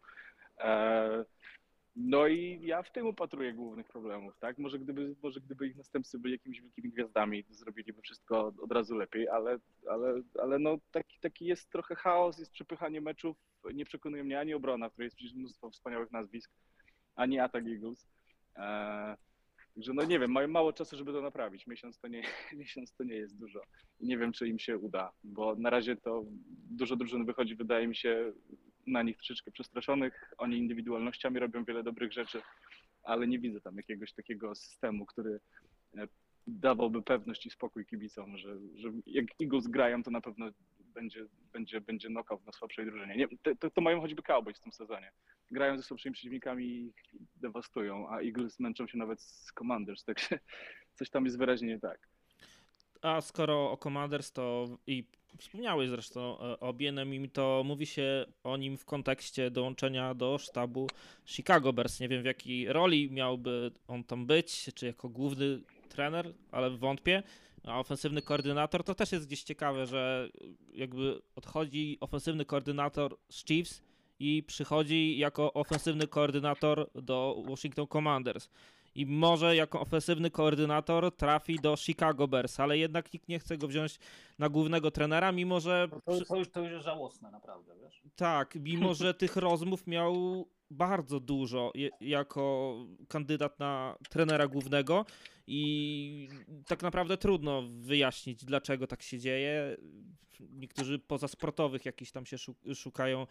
No i ja w tym upatruję głównych problemów, tak? Może gdyby ich następcy byli jakimiś wielkimi gwiazdami, to zrobiliby wszystko od razu lepiej, ale no taki jest trochę chaos, jest przepychanie meczów, nie przekonuje mnie ani obrona, w której jest przecież mnóstwo wspaniałych nazwisk, ani atak Eagles. Także no nie wiem, mają mało czasu, żeby to naprawić. Miesiąc to nie jest dużo. I nie wiem, czy im się uda, bo na razie to dużo drużyn wychodzi, wydaje mi się, na nich troszeczkę przestraszonych. Oni indywidualnościami robią wiele dobrych rzeczy, ale nie widzę tam jakiegoś takiego systemu, który dawałby pewność i spokój kibicom, że jak Eagles grają, to na pewno będzie knockout na słabszej drużynie. Nie, to mają choćby Cowboys w tym sezonie. Grają ze słabszymi przeciwnikami, dewastują, a Eagles męczą się nawet z Commanders, także coś tam jest wyraźnie nie tak. A skoro o Commanders to i wspomniałeś zresztą o Bieniemim, to mówi się o nim w kontekście dołączenia do sztabu Chicago Bears. Nie wiem, w jakiej roli miałby on tam być, czy jako główny trener, ale wątpię. A ofensywny koordynator to też jest gdzieś ciekawe, że jakby odchodzi ofensywny koordynator z Chiefs i przychodzi jako ofensywny koordynator do Washington Commanders. I może jako ofensywny koordynator trafi do Chicago Bears, ale jednak nikt nie chce go wziąć na głównego trenera, mimo że... To już jest żałosne, naprawdę, wiesz? Tak, mimo że tych rozmów miał bardzo dużo jako kandydat na trenera głównego i tak naprawdę trudno wyjaśnić, dlaczego tak się dzieje. Niektórzy pozasportowych jakichś tam się szukają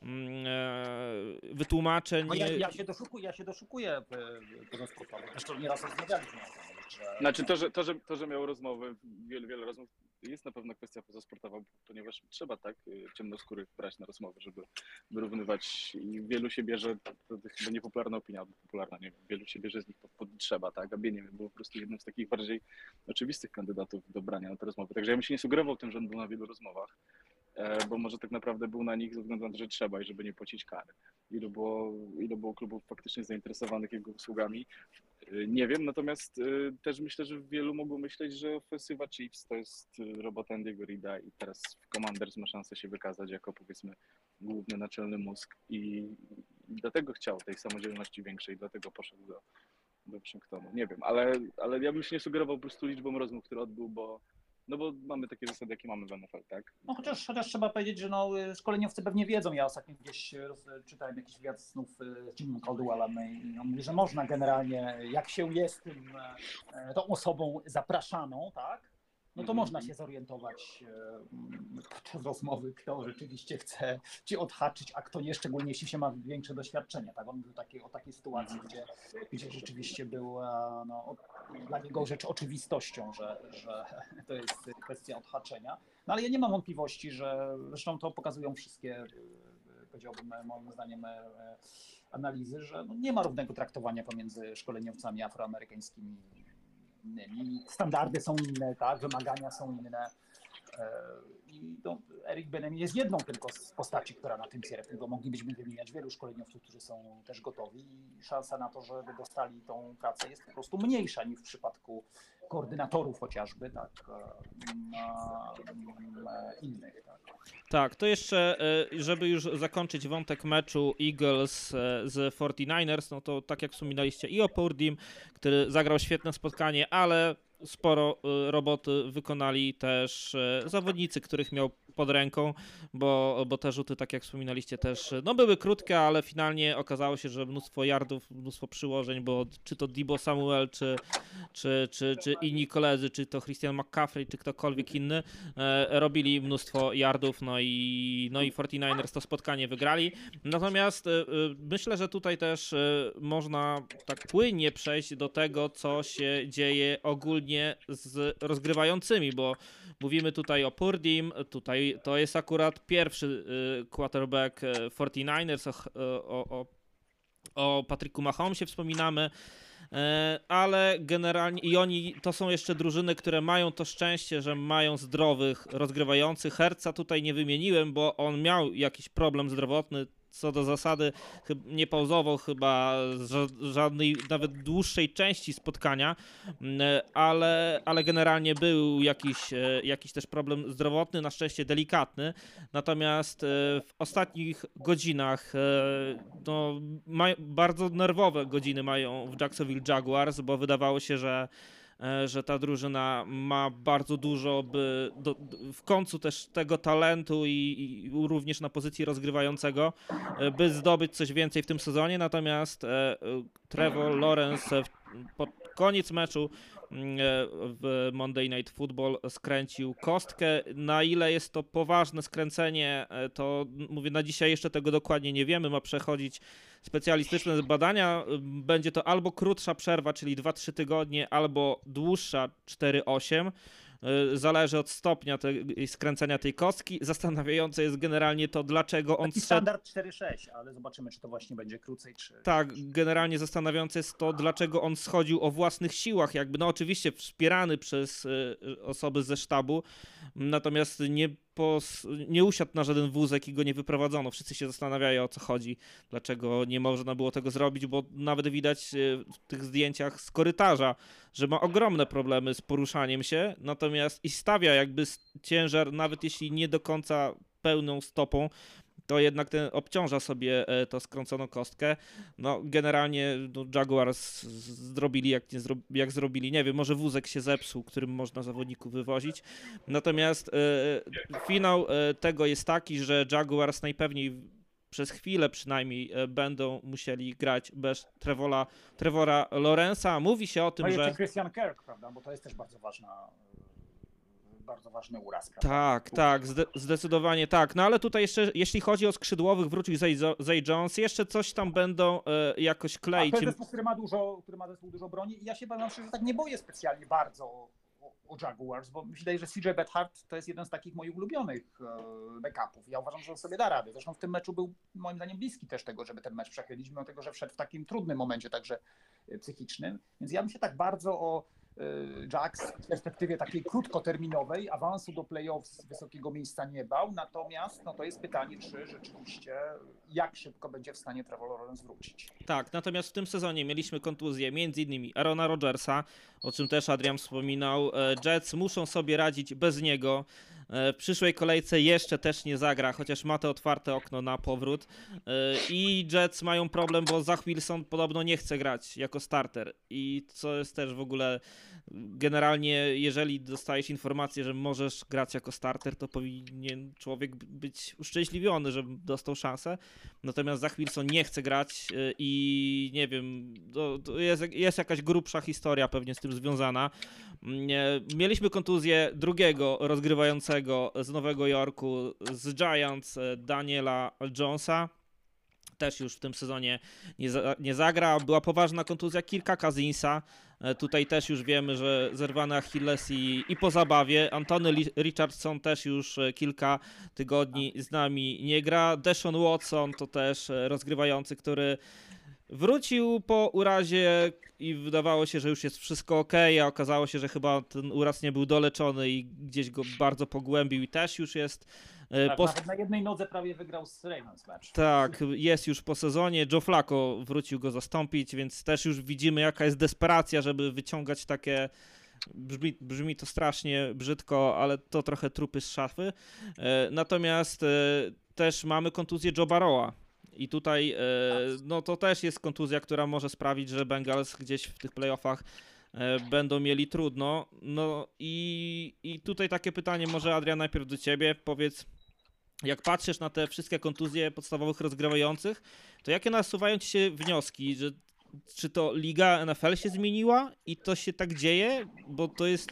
wytłumaczeń. No ja się doszukuję pozasportowych. Zresztą nieraz rozmawialiśmy o tym. Znaczy to, że miał rozmowy, wiele rozmów, jest na pewno kwestia pozasportowa, ponieważ trzeba tak ciemnoskórych brać na rozmowy, żeby wyrównywać i wielu się bierze, to chyba niepopularna opinia, albo popularna, nie wiem, wielu się bierze z nich trzeba, tak, a Bieniemy był po prostu jednym z takich bardziej oczywistych kandydatów do brania na te rozmowy, także ja bym się nie sugerował tym, że on był na wielu rozmowach, bo może tak naprawdę był na nich ze względu na to, że trzeba i żeby nie płacić kary. Ile było klubów faktycznie zainteresowanych jego usługami, nie wiem, natomiast też myślę, że wielu mogło myśleć, że ofensywa Chiefs to jest robota Andy'ego Reida i teraz w Commanders ma szansę się wykazać jako, powiedzmy, główny naczelny mózg i dlatego chciał tej samodzielności większej, dlatego poszedł do Waszyngtonu. Nie wiem, ale ja bym się nie sugerował po prostu liczbą rozmów, które odbył, bo mamy takie zasady, jakie mamy w NFL, tak? No chociaż trzeba powiedzieć, że szkoleniowcy pewnie wiedzą. Ja ostatnio gdzieś czytałem jakiś wywiad snów z Jimem Caldwellem i on mówi, że można generalnie, jak się jest tą osobą zapraszaną, tak? No to można się zorientować podczas rozmowy, kto rzeczywiście chce ci odhaczyć, a kto nie, szczególnie jeśli się ma większe doświadczenie. Tak? On mówił o takiej sytuacji, gdzie rzeczywiście był dla niego rzecz oczywistością, że to jest kwestia odhaczenia. No ale ja nie mam wątpliwości, że zresztą to pokazują wszystkie, powiedziałbym moim zdaniem, analizy, że nie ma równego traktowania pomiędzy szkoleniowcami afroamerykańskimi innymi. Standardy są inne, tak? Wymagania są inne. I Eric Bieniemy jest jedną tylko z postaci, która na tym cierpi, bo moglibyśmy wymieniać wielu szkoleniowców, którzy są też gotowi i szansa na to, żeby dostali tą pracę jest po prostu mniejsza niż w przypadku koordynatorów chociażby, tak, innych. Tak. Tak, to jeszcze, żeby już zakończyć wątek meczu Eagles z 49ers, no to tak jak wspominaliście i o Purdim, który zagrał świetne spotkanie, ale sporo roboty wykonali też zawodnicy, których miał pod ręką, bo te rzuty, tak jak wspominaliście, też były krótkie, ale finalnie okazało się, że mnóstwo yardów, mnóstwo przyłożeń, bo czy to Deebo Samuel, czy inni koledzy, czy to Christian McCaffrey, czy ktokolwiek inny, robili mnóstwo yardów, no i 49ers to spotkanie wygrali. Natomiast myślę, że tutaj też można tak płynnie przejść do tego, co się dzieje ogólnie z rozgrywającymi, bo mówimy tutaj o Purdim, tutaj to jest akurat pierwszy quarterback 49ers, o Patricku Mahomesie wspominamy, ale generalnie i oni to są jeszcze drużyny, które mają to szczęście, że mają zdrowych rozgrywających. Herca tutaj nie wymieniłem, bo on miał jakiś problem zdrowotny, co do zasady nie pauzował chyba żadnej nawet dłuższej części spotkania, ale generalnie był jakiś też problem zdrowotny, na szczęście delikatny. Natomiast w ostatnich godzinach bardzo nerwowe godziny mają w Jacksonville Jaguars, bo wydawało się, że ta drużyna ma bardzo dużo, w końcu też tego talentu i również na pozycji rozgrywającego, by zdobyć coś więcej w tym sezonie, natomiast Trevor Lawrence pod koniec meczu w Monday Night Football skręcił kostkę. Na ile jest to poważne skręcenie, to mówię, na dzisiaj jeszcze tego dokładnie nie wiemy, ma przechodzić specjalistyczne badania. Będzie to albo krótsza przerwa, czyli 2-3 tygodnie, albo dłuższa 4-8. zależy od stopnia skręcenia tej kostki. Zastanawiające jest generalnie to, dlaczego on Taki zszedł. standard 4-6, ale zobaczymy, czy to właśnie będzie krócej, czy... Tak, generalnie zastanawiające jest to, dlaczego on schodził o własnych siłach, jakby, no oczywiście wspierany przez osoby ze sztabu, natomiast nie usiadł na żaden wózek i go nie wyprowadzono. Wszyscy się zastanawiają, o co chodzi, dlaczego nie można było tego zrobić, bo nawet widać w tych zdjęciach z korytarza, że ma ogromne problemy z poruszaniem się, natomiast i stawia jakby ciężar, nawet jeśli nie do końca pełną stopą, to jednak obciąża sobie tą skręconą kostkę. No generalnie Jaguars zrobili jak zrobili. Nie wiem, może wózek się zepsuł, którym można zawodników wywozić. Natomiast finał tego jest taki, że Jaguars najpewniej przez chwilę przynajmniej będą musieli grać bez Trevora Lawrence'a. Mówi się o tym, No i że... jeszcze Christian Kirk, prawda, bo to jest też bardzo ważny uraz. Prawda? Tak, zdecydowanie tak. No ale tutaj jeszcze, jeśli chodzi o skrzydłowych, wrócił Zay Jones, jeszcze coś tam będą jakoś A kleić. to jest zespół, który ma dużo broni i ja się powiem szczerze, że tak nie boję specjalnie bardzo o Jaguars, bo mi się wydaje, że CJ Beathard to jest jeden z takich moich ulubionych backupów. Ja uważam, że on sobie da radę. Zresztą w tym meczu był moim zdaniem bliski też tego, żeby ten mecz przechylić, mimo tego, że wszedł w takim trudnym momencie także psychicznym. Więc ja bym się tak bardzo o Jags w perspektywie takiej krótkoterminowej awansu do playoffs wysokiego miejsca nie bał, natomiast no to jest pytanie, czy rzeczywiście jak szybko będzie w stanie Trevor Lawrence wrócić. Tak, natomiast w tym sezonie mieliśmy kontuzję m.in. Aarona Rodgersa, o czym też Adrian wspominał. Jets muszą sobie radzić bez niego. W przyszłej kolejce jeszcze też nie zagra, chociaż ma to otwarte okno na powrót. I Jets mają problem, bo Zach Wilson podobno nie chce grać jako starter. I co jest też w ogóle generalnie, jeżeli dostajesz informację, że możesz grać jako starter, to powinien człowiek być uszczęśliwiony, że dostał szansę. Natomiast Zach Wilson nie chce grać i nie wiem, to jest jakaś grubsza historia pewnie z tym związana. Mieliśmy kontuzję drugiego rozgrywającego z Nowego Jorku, z Giants, Daniela Jonesa. Też już w tym sezonie nie zagra. Była poważna kontuzja Kirka Cousinsa. Tutaj też już wiemy, że zerwany Achilles i po zabawie. Antony Richardson też już kilka tygodni z nami nie gra. Deshaun Watson to też rozgrywający, który wrócił po urazie i wydawało się, że już jest wszystko ok, a okazało się, że chyba ten uraz nie był doleczony i gdzieś go bardzo pogłębił i też już jest... Tak, nawet na jednej nodze prawie wygrał z Ravens mecz. Tak, jest już po sezonie. Joe Flacco wrócił go zastąpić, więc też już widzimy, jaka jest desperacja, żeby wyciągać takie... Brzmi to strasznie brzydko, ale to trochę trupy z szafy. Natomiast też mamy kontuzję Joe Burrowa. I tutaj no to też jest kontuzja, która może sprawić, że Bengals gdzieś w tych playoffach będą mieli trudno. No i tutaj takie pytanie może, Adrian, najpierw do ciebie. Powiedz, jak patrzysz na te wszystkie kontuzje podstawowych rozgrywających, to jakie nasuwają ci się wnioski, że czy to liga NFL się zmieniła i to się tak dzieje? Bo to jest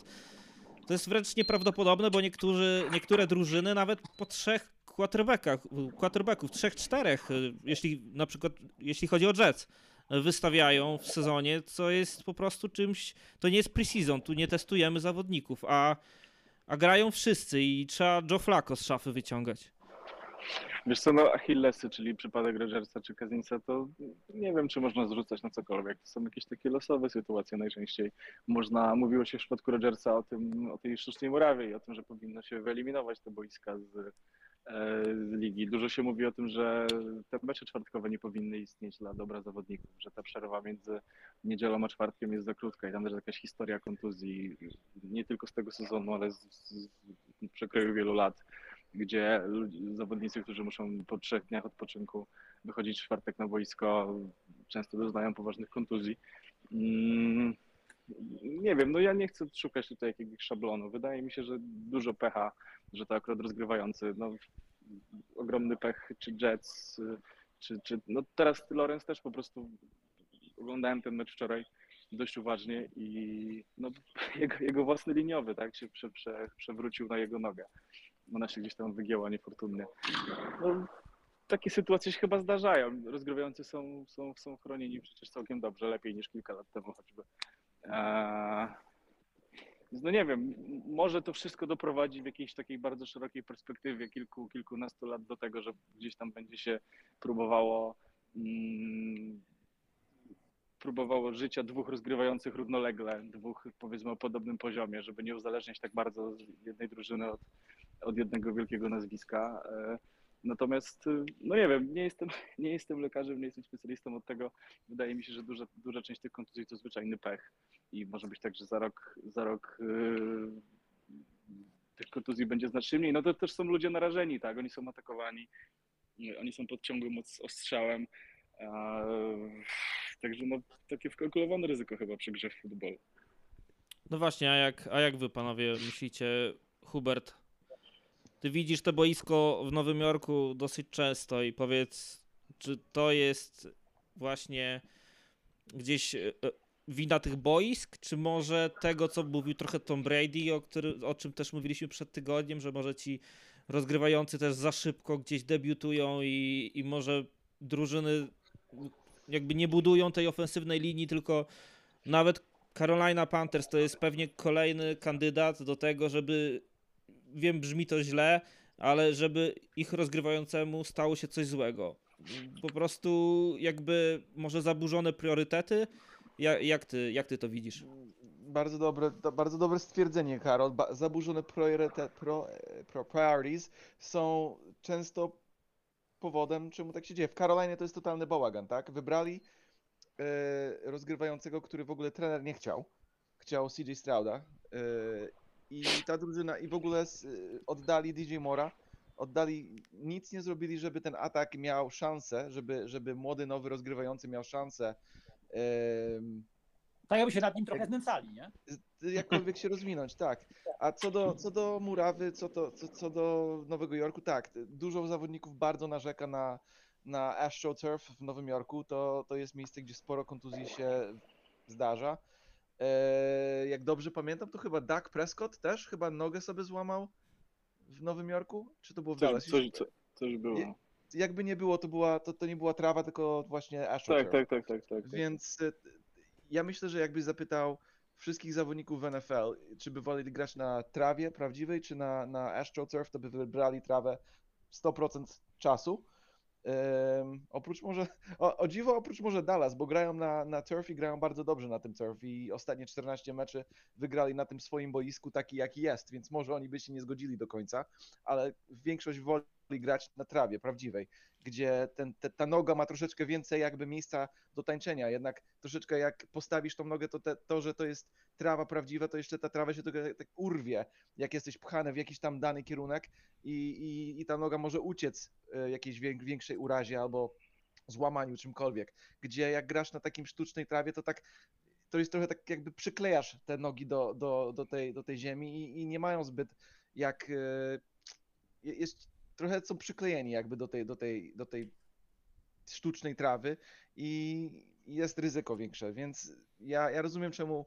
wręcz nieprawdopodobne, bo niektóre drużyny nawet po 3 quarterbacków, 3-4, jeśli chodzi o Jets, wystawiają w sezonie, co jest po prostu czymś, to nie jest preseason, tu nie testujemy zawodników, a grają wszyscy i trzeba Joe Flacco z szafy wyciągać. Wiesz co, no Achillesy, czyli przypadek Rodgersa czy Cousinsa, to nie wiem, czy można zrzucać na cokolwiek. To są jakieś takie losowe sytuacje najczęściej. Mówiło się w przypadku Rodgersa o tej sztucznej murawie i o tym, że powinno się wyeliminować te boiska z ligi. Dużo się mówi o tym, że te mecze czwartkowe nie powinny istnieć dla dobra zawodników, że ta przerwa między niedzielą a czwartkiem jest za krótka i tam też jakaś historia kontuzji, nie tylko z tego sezonu, ale z przekroju wielu lat, gdzie zawodnicy, którzy muszą po 3 dniach odpoczynku wychodzić w czwartek na boisko, często doznają poważnych kontuzji. Nie wiem, no ja nie chcę szukać tutaj jakiegoś szablonu. Wydaje mi się, że dużo pecha, że to akurat rozgrywający. No, ogromny pech, czy Jets, czy no teraz Lawrence też po prostu oglądałem ten mecz wczoraj dość uważnie i no, jego własny liniowy, tak, się przewrócił na jego nogę. Ona się gdzieś tam wygięła niefortunnie. No, takie sytuacje się chyba zdarzają. Rozgrywający są chronieni przecież całkiem dobrze, lepiej niż kilka lat temu choćby. Więc no nie wiem, może to wszystko doprowadzi w jakiejś takiej bardzo szerokiej perspektywie kilkunastu lat do tego, że gdzieś tam będzie się próbowało mm, próbowało życia dwóch rozgrywających równolegle, dwóch powiedzmy o podobnym poziomie, żeby nie uzależniać tak bardzo jednej drużyny od jednego wielkiego nazwiska. Natomiast, no nie wiem, nie jestem lekarzem, nie jestem specjalistą od tego. Wydaje mi się, że duża część tych kontuzji to zwyczajny pech i może być tak, że za rok tych kontuzji będzie znacznie mniej. No to też są ludzie narażeni, tak? Oni są atakowani, oni są pod ciągłym ostrzałem. Także no, takie wkalkulowane ryzyko chyba przy grze w futbol. No właśnie, a jak wy panowie myślicie, Hubert? Ty widzisz to boisko w Nowym Jorku dosyć często i powiedz, czy to jest właśnie gdzieś wina tych boisk, czy może tego, co mówił trochę Tom Brady, o czym też mówiliśmy przed tygodniem, że może ci rozgrywający też za szybko gdzieś debiutują i może drużyny jakby nie budują tej ofensywnej linii, tylko nawet Carolina Panthers to jest pewnie kolejny kandydat do tego, żeby, wiem, brzmi to źle, ale żeby ich rozgrywającemu stało się coś złego. Po prostu jakby może zaburzone priorytety. Jak ty to widzisz? Bardzo dobre stwierdzenie, Karol. Zaburzone priorities są często powodem, czemu tak się dzieje. W Carolinie to jest totalny bałagan, tak? Wybrali rozgrywającego, który w ogóle trener nie chciał. Chciał CJ Strouda. I ta drużyna, i w ogóle oddali DJ Mora. Nic nie zrobili, żeby ten atak miał szansę, żeby młody, nowy rozgrywający miał szansę Tak jakby się nad nim trochę znęcali, nie? jakkolwiek się rozwinąć, tak. A co do Murawy, co do Nowego Jorku, tak, dużo zawodników bardzo narzeka na AstroTurf w Nowym Jorku, to jest miejsce, gdzie sporo kontuzji się zdarza. Jak dobrze pamiętam, to chyba Dak Prescott też chyba nogę sobie złamał w Nowym Jorku, czy to było w Dallas? Coś było. Jakby nie było, to nie była trawa, tylko właśnie AstroTurf. Tak. Więc ja myślę, że jakbyś zapytał wszystkich zawodników w NFL, czy by woleli grać na trawie prawdziwej, czy na AstroTurf, to by wybrali trawę 100% czasu. Oprócz może, o dziwo, oprócz może Dallas, bo grają na turf i grają bardzo dobrze na tym turf i ostatnie 14 meczy wygrali na tym swoim boisku taki jaki jest, więc może oni by się nie zgodzili do końca, ale większość woli grać na trawie prawdziwej, gdzie ta noga ma troszeczkę więcej jakby miejsca do tańczenia, jednak troszeczkę jak postawisz tą nogę, to że to jest trawa prawdziwa, to jeszcze ta trawa się tak urwie, jak jesteś pchany w jakiś tam dany kierunek i ta noga może uciec jakiejś większej urazie albo złamaniu, czymkolwiek, gdzie jak grasz na takim sztucznej trawie, to jest trochę tak jakby przyklejasz te nogi do tej ziemi i nie mają zbyt jak jest trochę są przyklejeni jakby do tej sztucznej trawy i jest ryzyko większe, więc ja rozumiem, czemu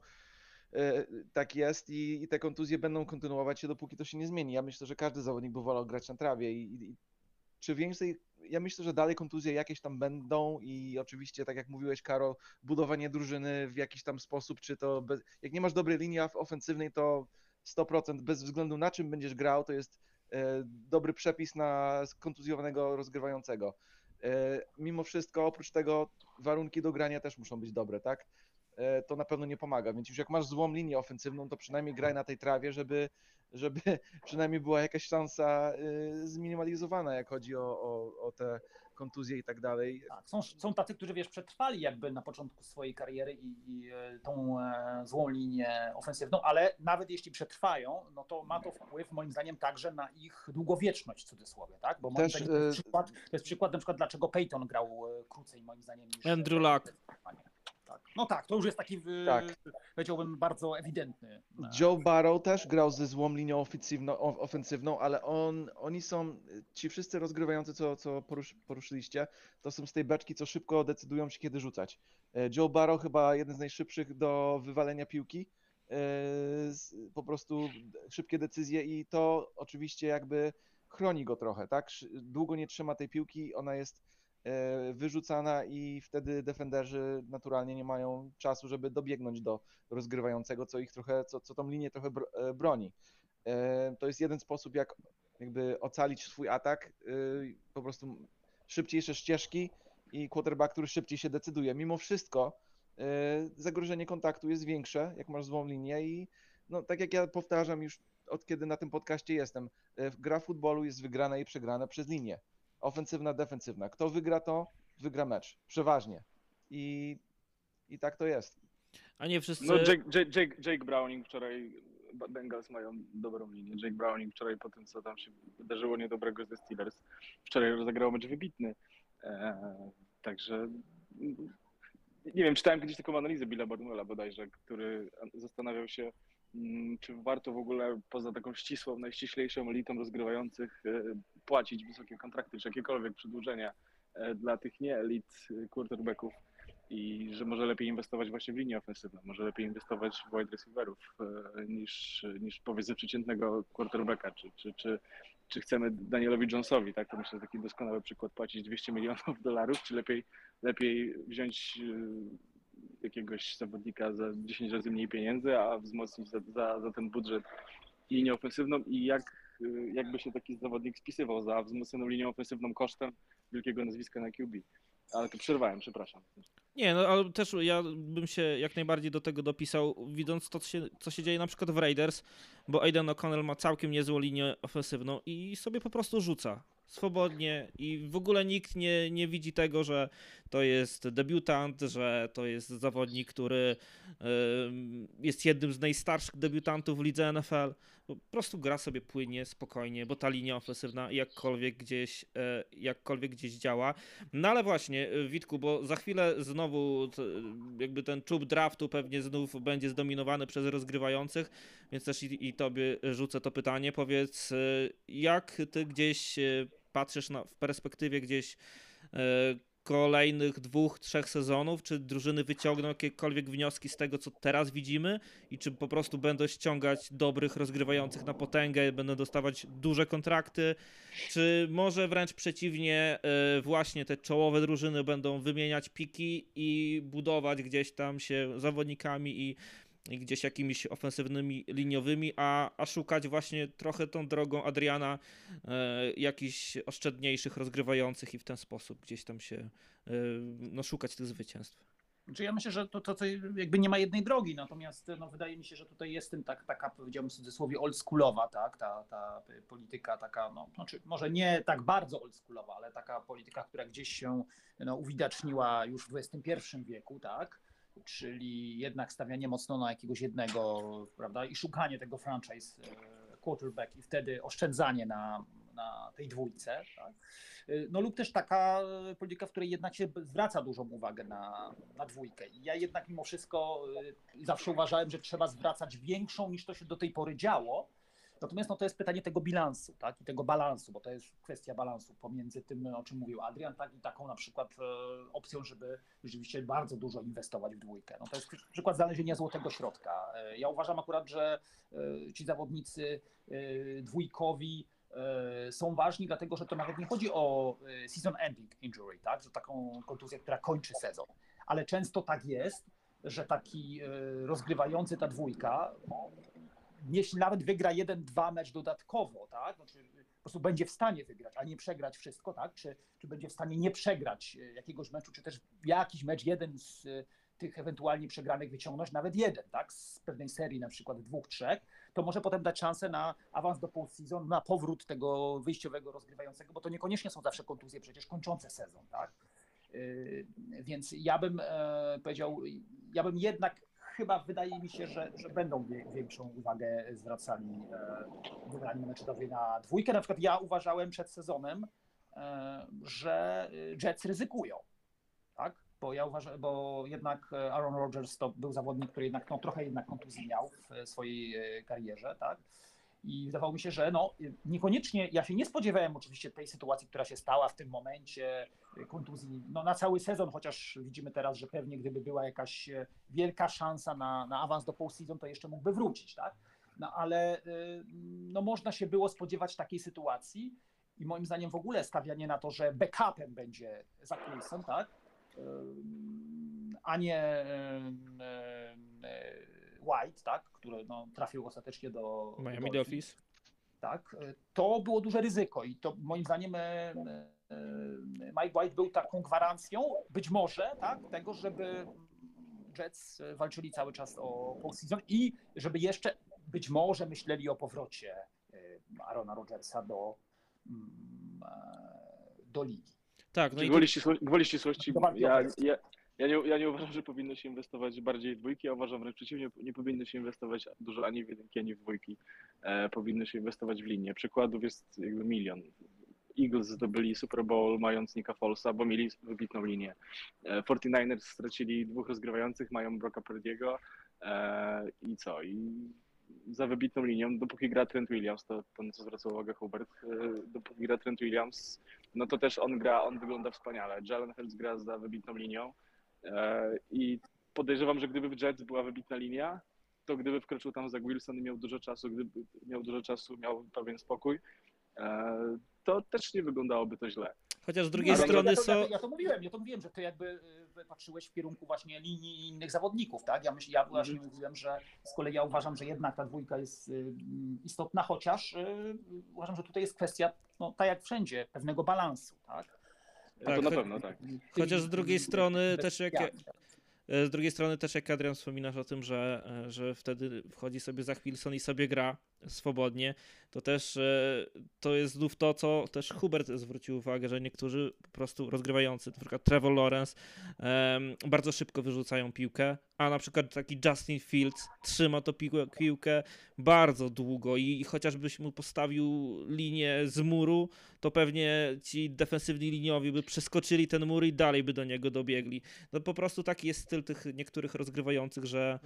tak jest i te kontuzje będą kontynuować się, dopóki to się nie zmieni. Ja myślę, że każdy zawodnik by wolał grać na trawie i czy więcej, ja myślę, że dalej kontuzje jakieś tam będą i oczywiście, tak jak mówiłeś, Karol, budowanie drużyny w jakiś tam sposób, czy to jak nie masz dobrej linii ofensywnej, to 100% bez względu na czym będziesz grał, to jest dobry przepis na skontuzjowanego rozgrywającego. Mimo wszystko, oprócz tego warunki do grania też muszą być dobre, tak? To na pewno nie pomaga, więc już jak masz złą linię ofensywną, to przynajmniej graj na tej trawie, żeby przynajmniej była jakaś szansa zminimalizowana, jak chodzi o te kontuzje i tak dalej. Tak, są tacy, którzy wiesz, przetrwali jakby na początku swojej kariery i tą złą linię ofensywną, ale nawet jeśli przetrwają, no to ma to wpływ moim zdaniem także na ich długowieczność w cudzysłowie, tak? Bo moim zdaniem to jest przykład na przykład dlaczego Peyton grał krócej moim zdaniem niż Andrew Luck. Tak. No tak, to już jest taki, powiedziałbym, bardzo ewidentny. Joe Burrow też grał ze złą linią ofensywną, ale oni są, ci wszyscy rozgrywający, co poruszyliście, to są z tej beczki, co szybko decydują się, kiedy rzucać. Joe Burrow chyba jeden z najszybszych do wywalenia piłki, po prostu szybkie decyzje i to oczywiście jakby chroni go trochę, tak? Długo nie trzyma tej piłki, ona jest wyrzucana i wtedy defenderzy naturalnie nie mają czasu, żeby dobiegnąć do rozgrywającego, co ich trochę, co tą linię trochę broni. To jest jeden sposób, jak jakby ocalić swój atak, po prostu szybciejsze ścieżki i quarterback, który szybciej się decyduje. Mimo wszystko zagrożenie kontaktu jest większe, jak masz złą linię i no, tak jak ja powtarzam już od kiedy na tym podcaście jestem, gra w futbolu jest wygrana i przegrana przez linię. Ofensywna, defensywna. Kto wygra to, wygra mecz. Przeważnie. I tak to jest. A nie wszyscy... No Jake Browning wczoraj, Bengals mają dobrą linię. Jake Browning wczoraj po tym, co tam się wydarzyło niedobrego ze Steelers, wczoraj rozegrał mecz wybitny. Także nie wiem, czytałem kiedyś taką analizę Billa Barnwella bodajże, który zastanawiał się, czy warto w ogóle poza taką ścisłą, najściślejszą elitą rozgrywających płacić wysokie kontrakty, czy jakiekolwiek przedłużenia dla tych nie-elit quarterbacków i że może lepiej inwestować właśnie w linię ofensywną, może lepiej inwestować w wide receiverów niż powiedzmy przeciętnego quarterbacka, czy chcemy Danielowi Jonesowi, tak? To myślę, że taki doskonały przykład, płacić $200 milionów, czy lepiej wziąć jakiegoś zawodnika za 10 razy mniej pieniędzy, a wzmocnić za ten budżet linię ofensywną i jakby się taki zawodnik spisywał za wzmocnioną linią ofensywną kosztem wielkiego nazwiska na QB. Ale to przerwałem, przepraszam. Nie, no ale też ja bym się jak najbardziej do tego dopisał, widząc to, co się dzieje na przykład w Raiders, bo Aiden O'Connell ma całkiem niezłą linię ofensywną i sobie po prostu rzuca swobodnie i w ogóle nikt nie widzi tego, że to jest debiutant, że to jest zawodnik, który jest jednym z najstarszych debiutantów w lidze NFL. Po prostu gra sobie płynnie, spokojnie, bo ta linia ofensywna jakkolwiek gdzieś działa. No ale właśnie, Witku, bo za chwilę znowu jakby ten czub draftu pewnie znów będzie zdominowany przez rozgrywających, więc też i tobie rzucę to pytanie. Powiedz, jak ty gdzieś patrzysz w perspektywie gdzieś kolejnych 2-3 sezonów, czy drużyny wyciągną jakiekolwiek wnioski z tego, co teraz widzimy i czy po prostu będą ściągać dobrych rozgrywających na potęgę, będą dostawać duże kontrakty, czy może wręcz przeciwnie, właśnie te czołowe drużyny będą wymieniać piki i budować gdzieś tam się zawodnikami i gdzieś jakimiś ofensywnymi, liniowymi, a szukać właśnie trochę tą drogą Adriana jakichś oszczędniejszych rozgrywających i w ten sposób gdzieś tam się szukać tych zwycięstw. Znaczy ja myślę, że to jakby nie ma jednej drogi, natomiast no, wydaje mi się, że tutaj jest taka, powiedziałbym w cudzysłowie, oldschoolowa, tak? Ta polityka taka, no, znaczy może nie tak bardzo oldschoolowa, ale taka polityka, która gdzieś się uwidaczniła już w XXI wieku, tak? Czyli jednak stawianie mocno na jakiegoś jednego, prawda, i szukanie tego franchise quarterback i wtedy oszczędzanie na tej dwójce, tak? No lub też taka polityka, w której jednak się zwraca dużą uwagę na dwójkę. I ja jednak mimo wszystko zawsze uważałem, że trzeba zwracać większą niż to się do tej pory działo. Natomiast no, to jest pytanie tego bilansu, tak? I tego balansu, bo to jest kwestia balansu pomiędzy tym, o czym mówił Adrian, tak? I taką na przykład opcją, żeby rzeczywiście bardzo dużo inwestować w dwójkę. No, to jest przykład znalezienia złotego środka. Ja uważam akurat, że ci zawodnicy dwójkowi są ważni, dlatego że to nawet nie chodzi o season ending injury, tak? Że taką kontuzję, która kończy sezon. Ale często tak jest, że taki rozgrywający ta dwójka, jeśli nawet wygra 1-2 mecz dodatkowo, tak? Znaczy, po prostu będzie w stanie wygrać, a nie przegrać wszystko, tak? Czy będzie w stanie nie przegrać jakiegoś meczu, czy też jakiś mecz, jeden z tych ewentualnie przegranych wyciągnąć, nawet jeden, tak? Z pewnej serii na przykład 2-3, to może potem dać szansę na awans do postseason, na powrót tego wyjściowego rozgrywającego, bo to niekoniecznie są zawsze kontuzje przecież kończące sezon, tak? Więc ja bym powiedział, jednak chyba wydaje mi się, że będą większą uwagę zwracali wybrani menedżerowie na dwójkę. Na przykład ja uważałem przed sezonem, że Jets ryzykują, tak? Bo jednak Aaron Rodgers to był zawodnik, który jednak trochę kontuzji miał w swojej karierze, tak? I wydawało mi się, że niekoniecznie, ja się nie spodziewałem oczywiście tej sytuacji, która się stała w tym momencie, kontuzji na cały sezon, chociaż widzimy teraz, że pewnie gdyby była jakaś wielka szansa na awans do postseason, to jeszcze mógłby wrócić, tak? No ale można się było spodziewać takiej sytuacji i moim zdaniem w ogóle stawianie na to, że backupem będzie Zach Wilson, tak? A nie White, tak? Który no, trafił ostatecznie do Miami Dolphins. Dolphins. Tak, to było duże ryzyko i to moim zdaniem Mike White był taką gwarancją, być może, tak, tego, żeby Jets walczyli cały czas o postseason i żeby jeszcze być może myśleli o powrocie Aarona Rodgersa do ligi. Tak, no i Gwoli ścisłości, To bardzo ja nie uważam, że powinno się inwestować bardziej w dwójki, ja uważam wręcz przeciwnie, nie powinno się inwestować dużo ani w jedynki, ani w dwójki. Powinno się inwestować w linię. Przykładów jest jakby milion. Eagles zdobyli Super Bowl mając Nicka Folesa, bo mieli wybitną linię. 49ers stracili 2 rozgrywających, mają Brocka Purdy'ego i co? I za wybitną linią, dopóki gra Trent Williams, to na co zwraca uwagę Hubert, dopóki gra Trent Williams, no to też on wygląda wspaniale. Jalen Hurts gra za wybitną linią i podejrzewam, że gdyby w Jets była wybitna linia, to gdyby wkroczył tam Zach Wilson i miał dużo czasu, miał pewien spokój, to też nie wyglądało to źle. Chociaż z drugiej strony Ja to mówiłem, że ty jakby patrzyłeś w kierunku właśnie linii innych zawodników, tak? Ja właśnie mówiłem, że z kolei ja uważam, że jednak ta dwójka jest istotna, chociaż uważam, że tutaj jest kwestia, no tak jak wszędzie, pewnego balansu, tak? To na pewno, tak. Chociaż z drugiej strony też jak Adrian wspominasz o tym, że wtedy wchodzi sobie Zach Wilson i sobie gra swobodnie, to też to jest znów to, co też Hubert zwrócił uwagę, że niektórzy po prostu rozgrywający, na przykład Trevor Lawrence, bardzo szybko wyrzucają piłkę, a na przykład taki Justin Fields trzyma to piłkę bardzo długo i chociażbyś mu postawił linię z muru, to pewnie ci defensywni liniowi by przeskoczyli ten mur i dalej by do niego dobiegli. No po prostu taki jest styl tych niektórych rozgrywających, że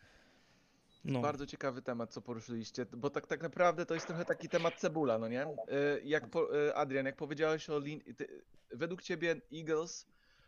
no. Bardzo ciekawy temat, co poruszyliście, bo tak naprawdę to jest trochę taki temat cebula, no nie? Adrian, jak powiedziałeś o linii, według ciebie Eagles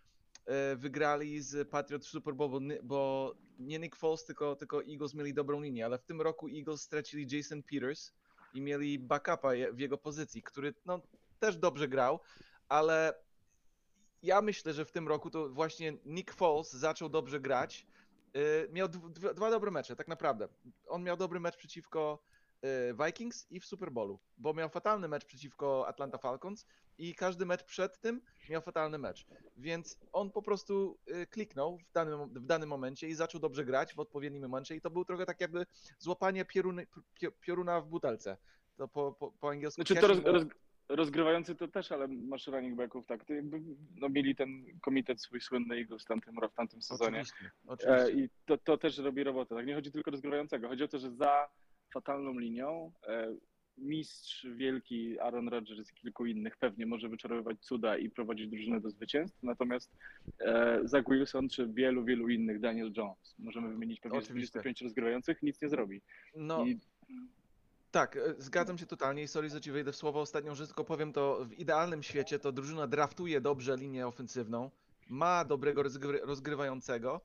wygrali z Patriots w Super Bowl, bo nie Nick Foles, tylko Eagles mieli dobrą linię, ale w tym roku Eagles stracili Jason Peters i mieli backupa w jego pozycji, który no, też dobrze grał, ale ja myślę, że w tym roku to właśnie Nick Foles zaczął dobrze grać. Miał 2 dobre mecze, tak naprawdę. On miał dobry mecz przeciwko Vikings i w Super Bowlu, bo miał fatalny mecz przeciwko Atlanta Falcons i każdy mecz przed tym miał fatalny mecz. Więc on po prostu kliknął w danym momencie i zaczął dobrze grać w odpowiednim momencie i to był trochę tak jakby złapanie pioruna w butelce. To po angielsku. Znaczy rozgrywający to też, ale masz running backów, tak, to jakby no, mieli ten komitet swój słynny Eagles w tamtym sezonie. Oczywiście. I to też robi robotę, tak, nie chodzi tylko o rozgrywającego, chodzi o to, że za fatalną linią mistrz wielki Aaron Rodgers i kilku innych pewnie może wyczarowywać cuda i prowadzić drużynę do zwycięstw, natomiast Zach Wilson czy wielu innych, Daniel Jones, możemy wymienić pewnie 25 rozgrywających, nic nie zrobi. No. Tak, zgadzam się totalnie i sorry, że ci wejdę w słowo ostatnią rzecz, tylko powiem to, w idealnym świecie to drużyna draftuje dobrze linię ofensywną, ma dobrego rozgrywającego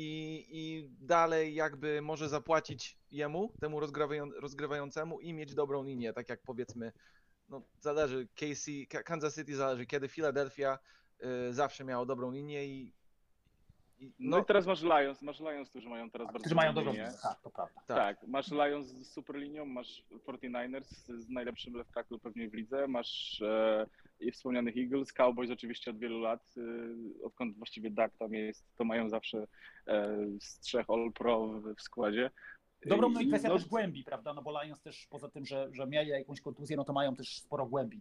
i dalej jakby może zapłacić temu rozgrywającemu i mieć dobrą linię, tak jak powiedzmy, no zależy, Kansas City zależy, kiedy Philadelphia zawsze miało dobrą linię i No i teraz masz Lions, którzy mają teraz bardzo dobrą linię. Tak, to prawda. Tak, masz Lions z super linią, masz 49ers z najlepszym left tackle pewnie w lidze, masz i wspomnianych Eagles, Cowboys oczywiście od wielu lat, odkąd właściwie Dak tam jest, to mają zawsze z 3 All-Pro w składzie. Dobrą, no i kwestia też głębi, prawda, no bo Lions też poza tym, że mieli jakąś kontuzję, no to mają też sporo głębi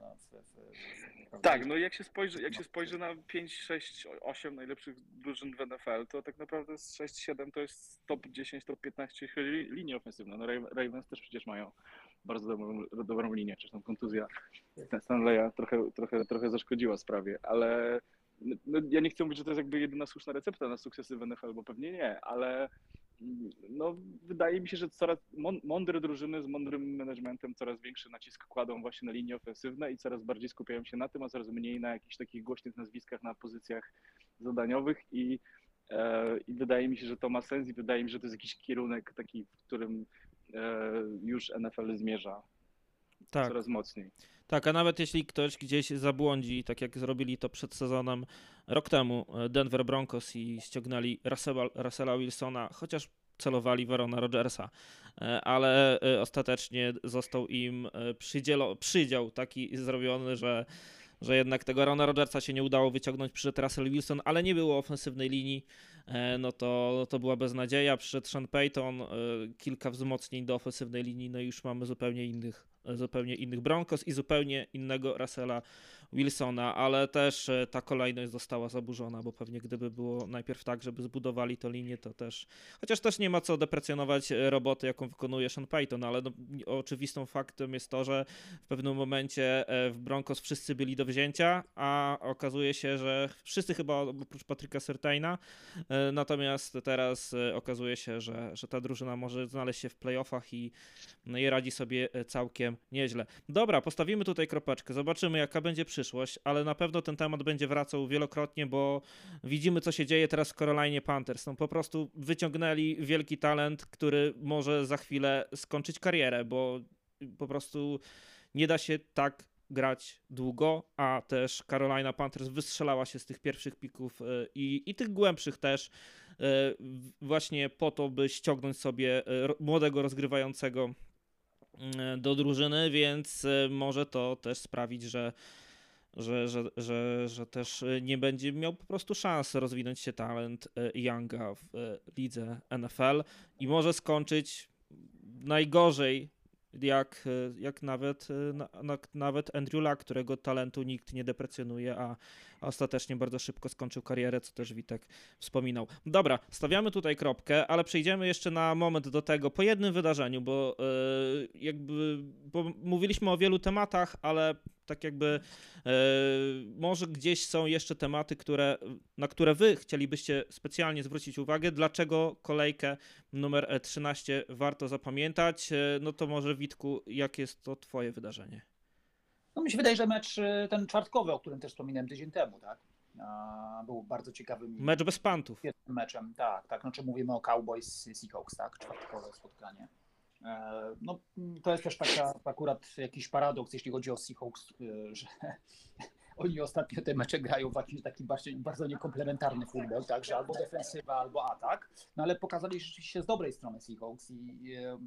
Tak, no jak się spojrzy na 5, 6, 8 najlepszych drużyn w NFL, to tak naprawdę z 6, 7 to jest top 10, top 15 jeśli chodzi o linię ofensywną. No Ravens też przecież mają bardzo dobrą linię, przecież tam kontuzja Stanleya trochę zaszkodziła sprawie, ale no, ja nie chcę mówić, że to jest jakby jedyna słuszna recepta na sukcesy w NFL, bo pewnie nie, ale no, wydaje mi się, że coraz mądre drużyny z mądrym managementem coraz większy nacisk kładą właśnie na linie ofensywne i coraz bardziej skupiają się na tym, a coraz mniej na jakichś takich głośnych nazwiskach na pozycjach zadaniowych i wydaje mi się, że to ma sens i wydaje mi się, że to jest jakiś kierunek taki, w którym już NFL zmierza coraz mocniej. Tak, a nawet jeśli ktoś gdzieś zabłądzi, tak jak zrobili to przed sezonem rok temu Denver Broncos i ściągnęli Russella Wilsona, chociaż celowali w Aarona Rodgersa, ale ostatecznie został im przydział taki zrobiony, że jednak tego Aarona Rodgersa się nie udało wyciągnąć, przyszedł Russell Wilson, ale nie było ofensywnej linii, no to była beznadzieja, przyszedł Sean Payton, kilka wzmocnień do ofensywnej linii, no i już mamy zupełnie innych Broncos i zupełnie innego Russella Wilsona, ale też ta kolejność została zaburzona, bo pewnie gdyby było najpierw tak, żeby zbudowali tę linię, to też, chociaż też nie ma co deprecjonować roboty, jaką wykonuje Sean Payton, ale no, oczywistym faktem jest to, że w pewnym momencie w Broncos wszyscy byli do wzięcia, a okazuje się, że wszyscy chyba oprócz Patricka Surtaina, natomiast teraz okazuje się, że ta drużyna może znaleźć się w playoffach i radzi sobie całkiem nieźle. Dobra, postawimy tutaj kropeczkę, zobaczymy jaka będzie przyszłość, ale na pewno ten temat będzie wracał wielokrotnie, bo widzimy co się dzieje teraz w Carolinie Panthers. No po prostu wyciągnęli wielki talent, który może za chwilę skończyć karierę, bo po prostu nie da się tak grać długo, a też Carolina Panthers wystrzelała się z tych pierwszych pików i tych głębszych też właśnie po to, by ściągnąć sobie młodego rozgrywającego do drużyny, więc może to też sprawić, że też nie będzie miał po prostu szans rozwinąć się talent Younga w lidze NFL i może skończyć najgorzej jak nawet Andrew Luck, którego talentu nikt nie deprecjonuje, a ostatecznie bardzo szybko skończył karierę, co też Witek wspominał. Dobra, stawiamy tutaj kropkę, ale przejdziemy jeszcze na moment do tego po jednym wydarzeniu, bo bo mówiliśmy o wielu tematach, ale tak jakby może gdzieś są jeszcze tematy, na które wy chcielibyście specjalnie zwrócić uwagę. Dlaczego kolejkę numer 13 warto zapamiętać? No to może Witku, jakie jest to twoje wydarzenie? No mi się wydaje, że mecz ten czwartkowy, o którym też wspominałem tydzień temu, tak? Był bardzo ciekawym Mecz bez pantów. Meczem, tak. Znaczy mówimy o Cowboys Seahawks, tak? Czwartkowe spotkanie. No, to jest też akurat jakiś paradoks, jeśli chodzi o Seahawks, że oni ostatnio te mecze grają w jakiś taki bardzo niekomplementarny futbol, tak, że albo defensywa, albo atak, no ale pokazali rzeczywiście z dobrej strony Seahawks i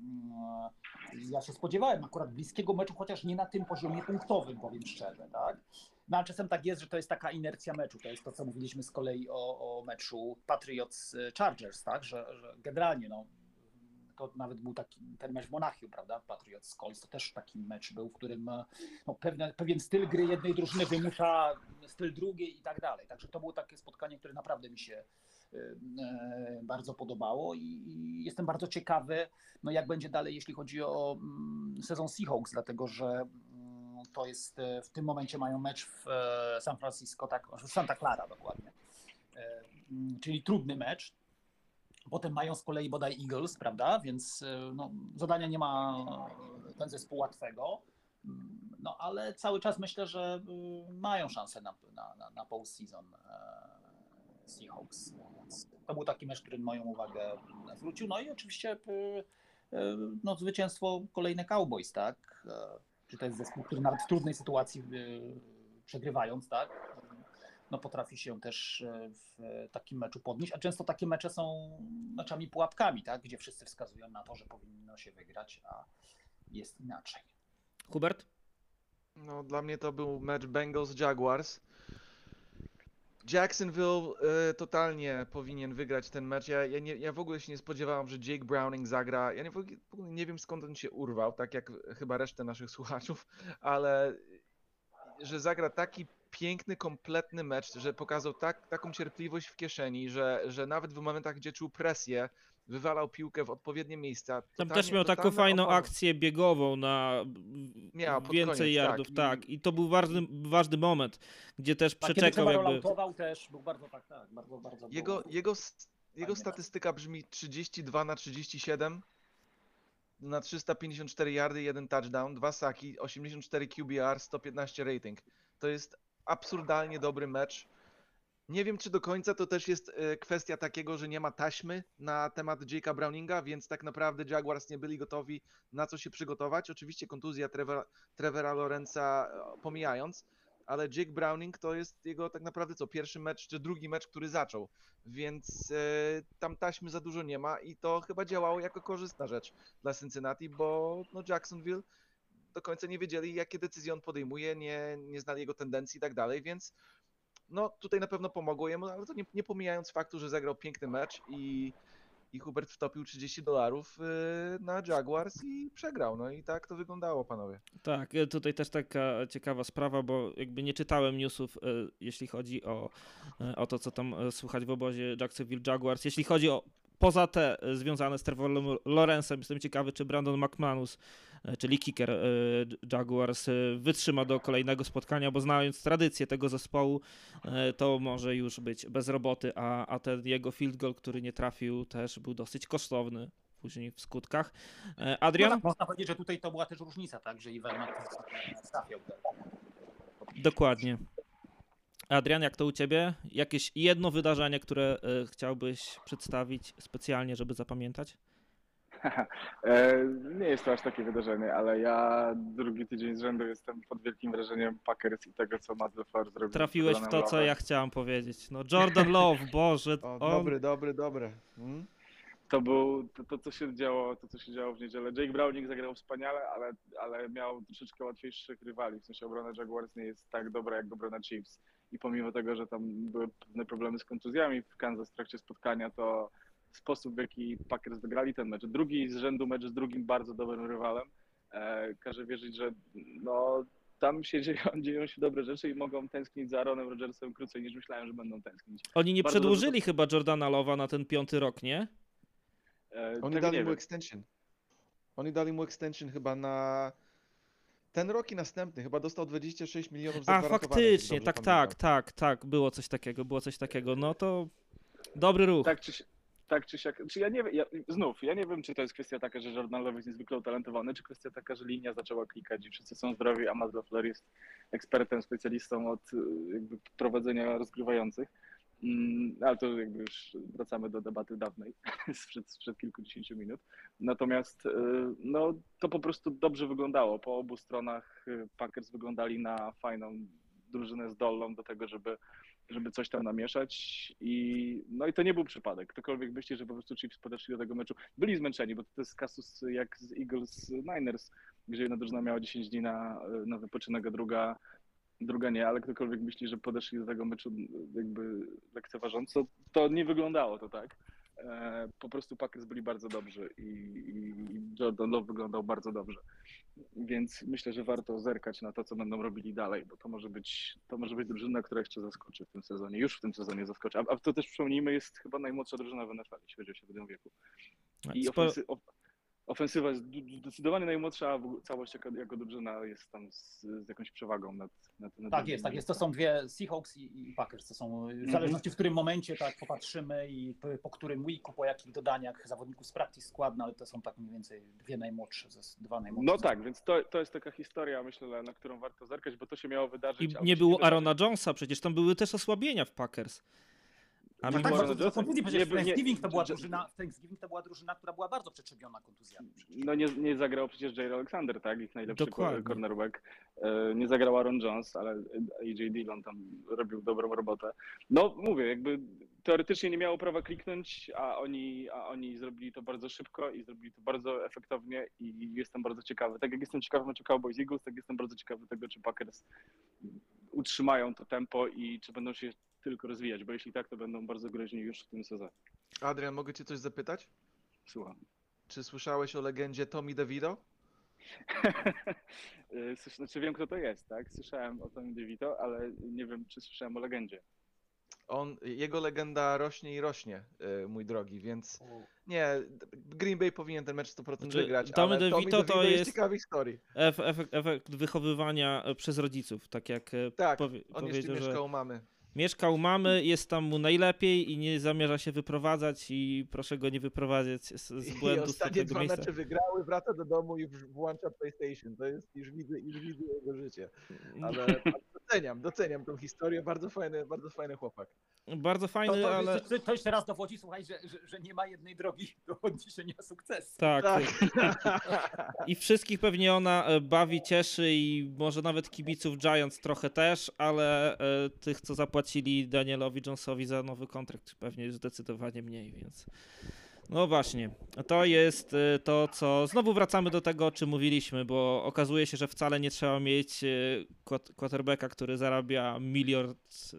ja się spodziewałem akurat bliskiego meczu, chociaż nie na tym poziomie punktowym, powiem szczerze, tak. No a czasem tak jest, że to jest taka inercja meczu, to jest to, co mówiliśmy z kolei o meczu Patriots-Chargers, tak, że generalnie no, to nawet był taki ten mecz w Monachium, prawda? Patriots Colts to też taki mecz był, w którym no, pewien styl gry jednej drużyny wymusza styl drugiej i tak dalej. Także to było takie spotkanie, które naprawdę mi się bardzo podobało i jestem bardzo ciekawy, no jak będzie dalej, jeśli chodzi o sezon Seahawks, dlatego że to jest w tym momencie mają mecz w San Francisco, tak, w Santa Clara dokładnie, czyli trudny mecz. Potem mają z kolei bodaj Eagles, prawda? Więc no, zadania nie ma ten zespół łatwego. No ale cały czas myślę, że mają szansę na postseason Seahawks. Więc to był taki mecz, który moją uwagę zwrócił. No i oczywiście no, zwycięstwo kolejne Cowboys, tak? Czy to jest zespół, który nawet w trudnej sytuacji przegrywając, tak? No potrafi się też w takim meczu podnieść, a często takie mecze są meczami pułapkami, tak? Gdzie wszyscy wskazują na to, że powinno się wygrać, a jest inaczej. Hubert? No, dla mnie to był mecz Bengals-Jaguars. Jacksonville totalnie powinien wygrać ten mecz. Ja w ogóle się nie spodziewałem, że Jake Browning zagra. Ja w ogóle nie wiem, skąd on się urwał, tak jak chyba resztę naszych słuchaczów, ale że zagra taki piękny, kompletny mecz, że pokazał taką cierpliwość w kieszeni, że nawet w momentach, gdzie czuł presję, wywalał piłkę w odpowiednie miejsca. Tam też miał taką fajną akcję biegową na więcej koniec, yardów, tak. I to był ważny moment, gdzie też przeczekał kiedy jakby... lautował też, był bardzo bardzo Jego statystyka brzmi 32/37 na 354 yardy, 1 touchdown, 2 saki, 84 QBR, 115 rating. To jest absurdalnie dobry mecz. Nie wiem, czy do końca to też jest kwestia takiego, że nie ma taśmy na temat Jake'a Browninga, więc tak naprawdę Jaguars nie byli gotowi na co się przygotować. Oczywiście kontuzja Trevora Lawrence'a pomijając, ale Jake Browning to jest jego tak naprawdę pierwszy mecz czy drugi mecz, który zaczął, więc tam taśmy za dużo nie ma i to chyba działało jako korzystna rzecz dla Cincinnati, bo no, Jacksonville do końca nie wiedzieli, jakie decyzje on podejmuje, nie znali jego tendencji i tak dalej, więc no tutaj na pewno pomogło jemu, ale to nie pomijając faktu, że zagrał piękny mecz i Hubert wtopił $30 na Jaguars i przegrał. No i tak to wyglądało, panowie. Tak, tutaj też taka ciekawa sprawa, bo jakby nie czytałem newsów, jeśli chodzi o to, co tam słychać w obozie Jacksonville Jaguars. Jeśli chodzi o poza te związane z Trevorem Lawrence'em, jestem ciekawy, czy Brandon McManus, czyli kicker Jaguars, wytrzyma do kolejnego spotkania, bo znając tradycję tego zespołu, to może już być bez roboty, a ten jego field goal, który nie trafił, też był dosyć kosztowny później w skutkach. Adrian? No, można powiedzieć, że tutaj to była też różnica, tak, że Iwan trafiał. Dokładnie. Adrian, jak to u ciebie? Jakieś jedno wydarzenie, które chciałbyś przedstawić specjalnie, żeby zapamiętać? Nie jest to aż takie wydarzenie, ale ja drugi tydzień z rzędu jestem pod wielkim wrażeniem Packers i tego, co Matt LaFleur zrobił. Trafiłeś w to, co ja chciałem powiedzieć. No Jordan Love, Boże. Dobre. To był to, co się działo, w niedzielę. Jake Browning zagrał wspaniale, ale miał troszeczkę łatwiejszych rywali. W sensie obrona Jaguars nie jest tak dobra jak obrona Chiefs. I pomimo tego, że tam były pewne problemy z kontuzjami w Kansas w trakcie spotkania, to sposób, w jaki Packers wygrali ten mecz. Drugi z rzędu mecz z drugim bardzo dobrym rywalem. Każe wierzyć, że no, tam się dzieją się dobre rzeczy i mogą tęsknić za Aaronem Rodgersem krócej niż myślałem, że będą tęsknić. Oni nie Bardzo przedłużyli chyba Jordana Love'a na ten 5. rok, nie? Oni dali mu extension chyba na ten rok i następny. Chyba dostał 26 milionów zagwarantowanych. Faktycznie, tak. Było coś takiego. No to dobry ruch. Tak czy siak. Czy ja nie wiem, ja nie wiem, czy to jest kwestia taka, że Jordan Love jest niezwykle utalentowany, czy kwestia taka, że linia zaczęła klikać i wszyscy są zdrowi, a Matt LaFleur jest ekspertem, specjalistą od jakby prowadzenia rozgrywających. Ale to jakby już wracamy do debaty dawnej, sprzed kilkudziesięciu minut. Natomiast no, to po prostu dobrze wyglądało. Po obu stronach Packers wyglądali na fajną drużynę zdolną do tego, żeby coś tam namieszać no i to nie był przypadek. Ktokolwiek myśli, że po prostu Chiefs podeszli do tego meczu, byli zmęczeni, bo to jest kasus jak z Eagles Niners, gdzie jedna drużyna miała 10 dni na wypoczynek, a druga nie, ale ktokolwiek myśli, że podeszli do tego meczu jakby lekceważąco, to nie wyglądało to tak. Po prostu Packers byli bardzo dobrzy i Jordan Love wyglądał bardzo dobrze. Więc myślę, że warto zerkać na to, co będą robili dalej, bo to może być drużyna, która jeszcze zaskoczy w tym sezonie. Już w tym sezonie zaskoczy. A to też przypomnijmy, jest chyba najmłodsza drużyna w NFL, jeśli chodzi o średnią wieku. I ofensywa jest zdecydowanie najmłodsza, a całość jako drużyna jest tam z jakąś przewagą nad Tak jest. To są dwie Seahawks i Packers. To są w zależności w którym momencie tak popatrzymy i po którym weeku, po jakich dodaniach zawodników z practice skład, no ale to są tak mniej więcej dwa najmłodsze. No tak, więc to jest taka historia, myślę, na którą warto zerkać, bo to się miało wydarzyć. I nie było Aarona Jonesa, przecież tam były też osłabienia w Packers. A tak, to kontuzji, przecież Thanksgiving to była drużyna, która była bardzo przetrzebiona kontuzjami. No nie zagrał przecież Jair Alexander, tak? Ich najlepszy cornerback. Nie zagrał Aaron Jones, ale AJ Dillon tam robił dobrą robotę. No mówię, jakby teoretycznie nie miało prawa kliknąć, a oni zrobili to bardzo szybko i zrobili to bardzo efektownie i jestem bardzo ciekawy. Tak jak jestem ciekawy meczu Cowboys Eagles, tak jestem bardzo ciekawy tego, czy Packers utrzymają to tempo i czy będą się tylko rozwijać, bo jeśli tak, to będą bardzo groźni już w tym sezonie. Adrian, mogę cię coś zapytać? Słucham. Czy słyszałeś o legendzie Tommy DeVito? Znaczy wiem, kto to jest, tak? Słyszałem o Tommy DeVito, ale nie wiem, czy słyszałem o legendzie. Jego legenda rośnie i rośnie, mój drogi, więc nie, Green Bay powinien ten mecz 100% wygrać, Tommy ale DeVito Tommy DeVito jest ciekawy historii. Efekt wychowywania przez rodziców, tak jak on jeszcze mieszkał u mamy. Mieszkał u mamy, jest tam mu najlepiej i nie zamierza się wyprowadzać i proszę go nie wyprowadzać z błędu. I ostatnie 2 mecze wygrały, wraca do domu i włącza PlayStation. To jest, już widzę jego życie. Ale doceniam tą historię, bardzo fajny chłopak. Bardzo fajny, ale... To jeszcze raz dowodzi, słuchaj, że nie ma jednej drogi do odniesienia sukcesu. Tak. Tak. I wszystkich pewnie ona bawi, cieszy i może nawet kibiców Giants trochę też, ale tych, co zapłacili Danielowi Jonesowi za nowy kontrakt, pewnie już zdecydowanie mniej, więc... No właśnie, to jest to, co... Znowu wracamy do tego, o czym mówiliśmy, bo okazuje się, że wcale nie trzeba mieć quarterbacka, który zarabia $1 miliard,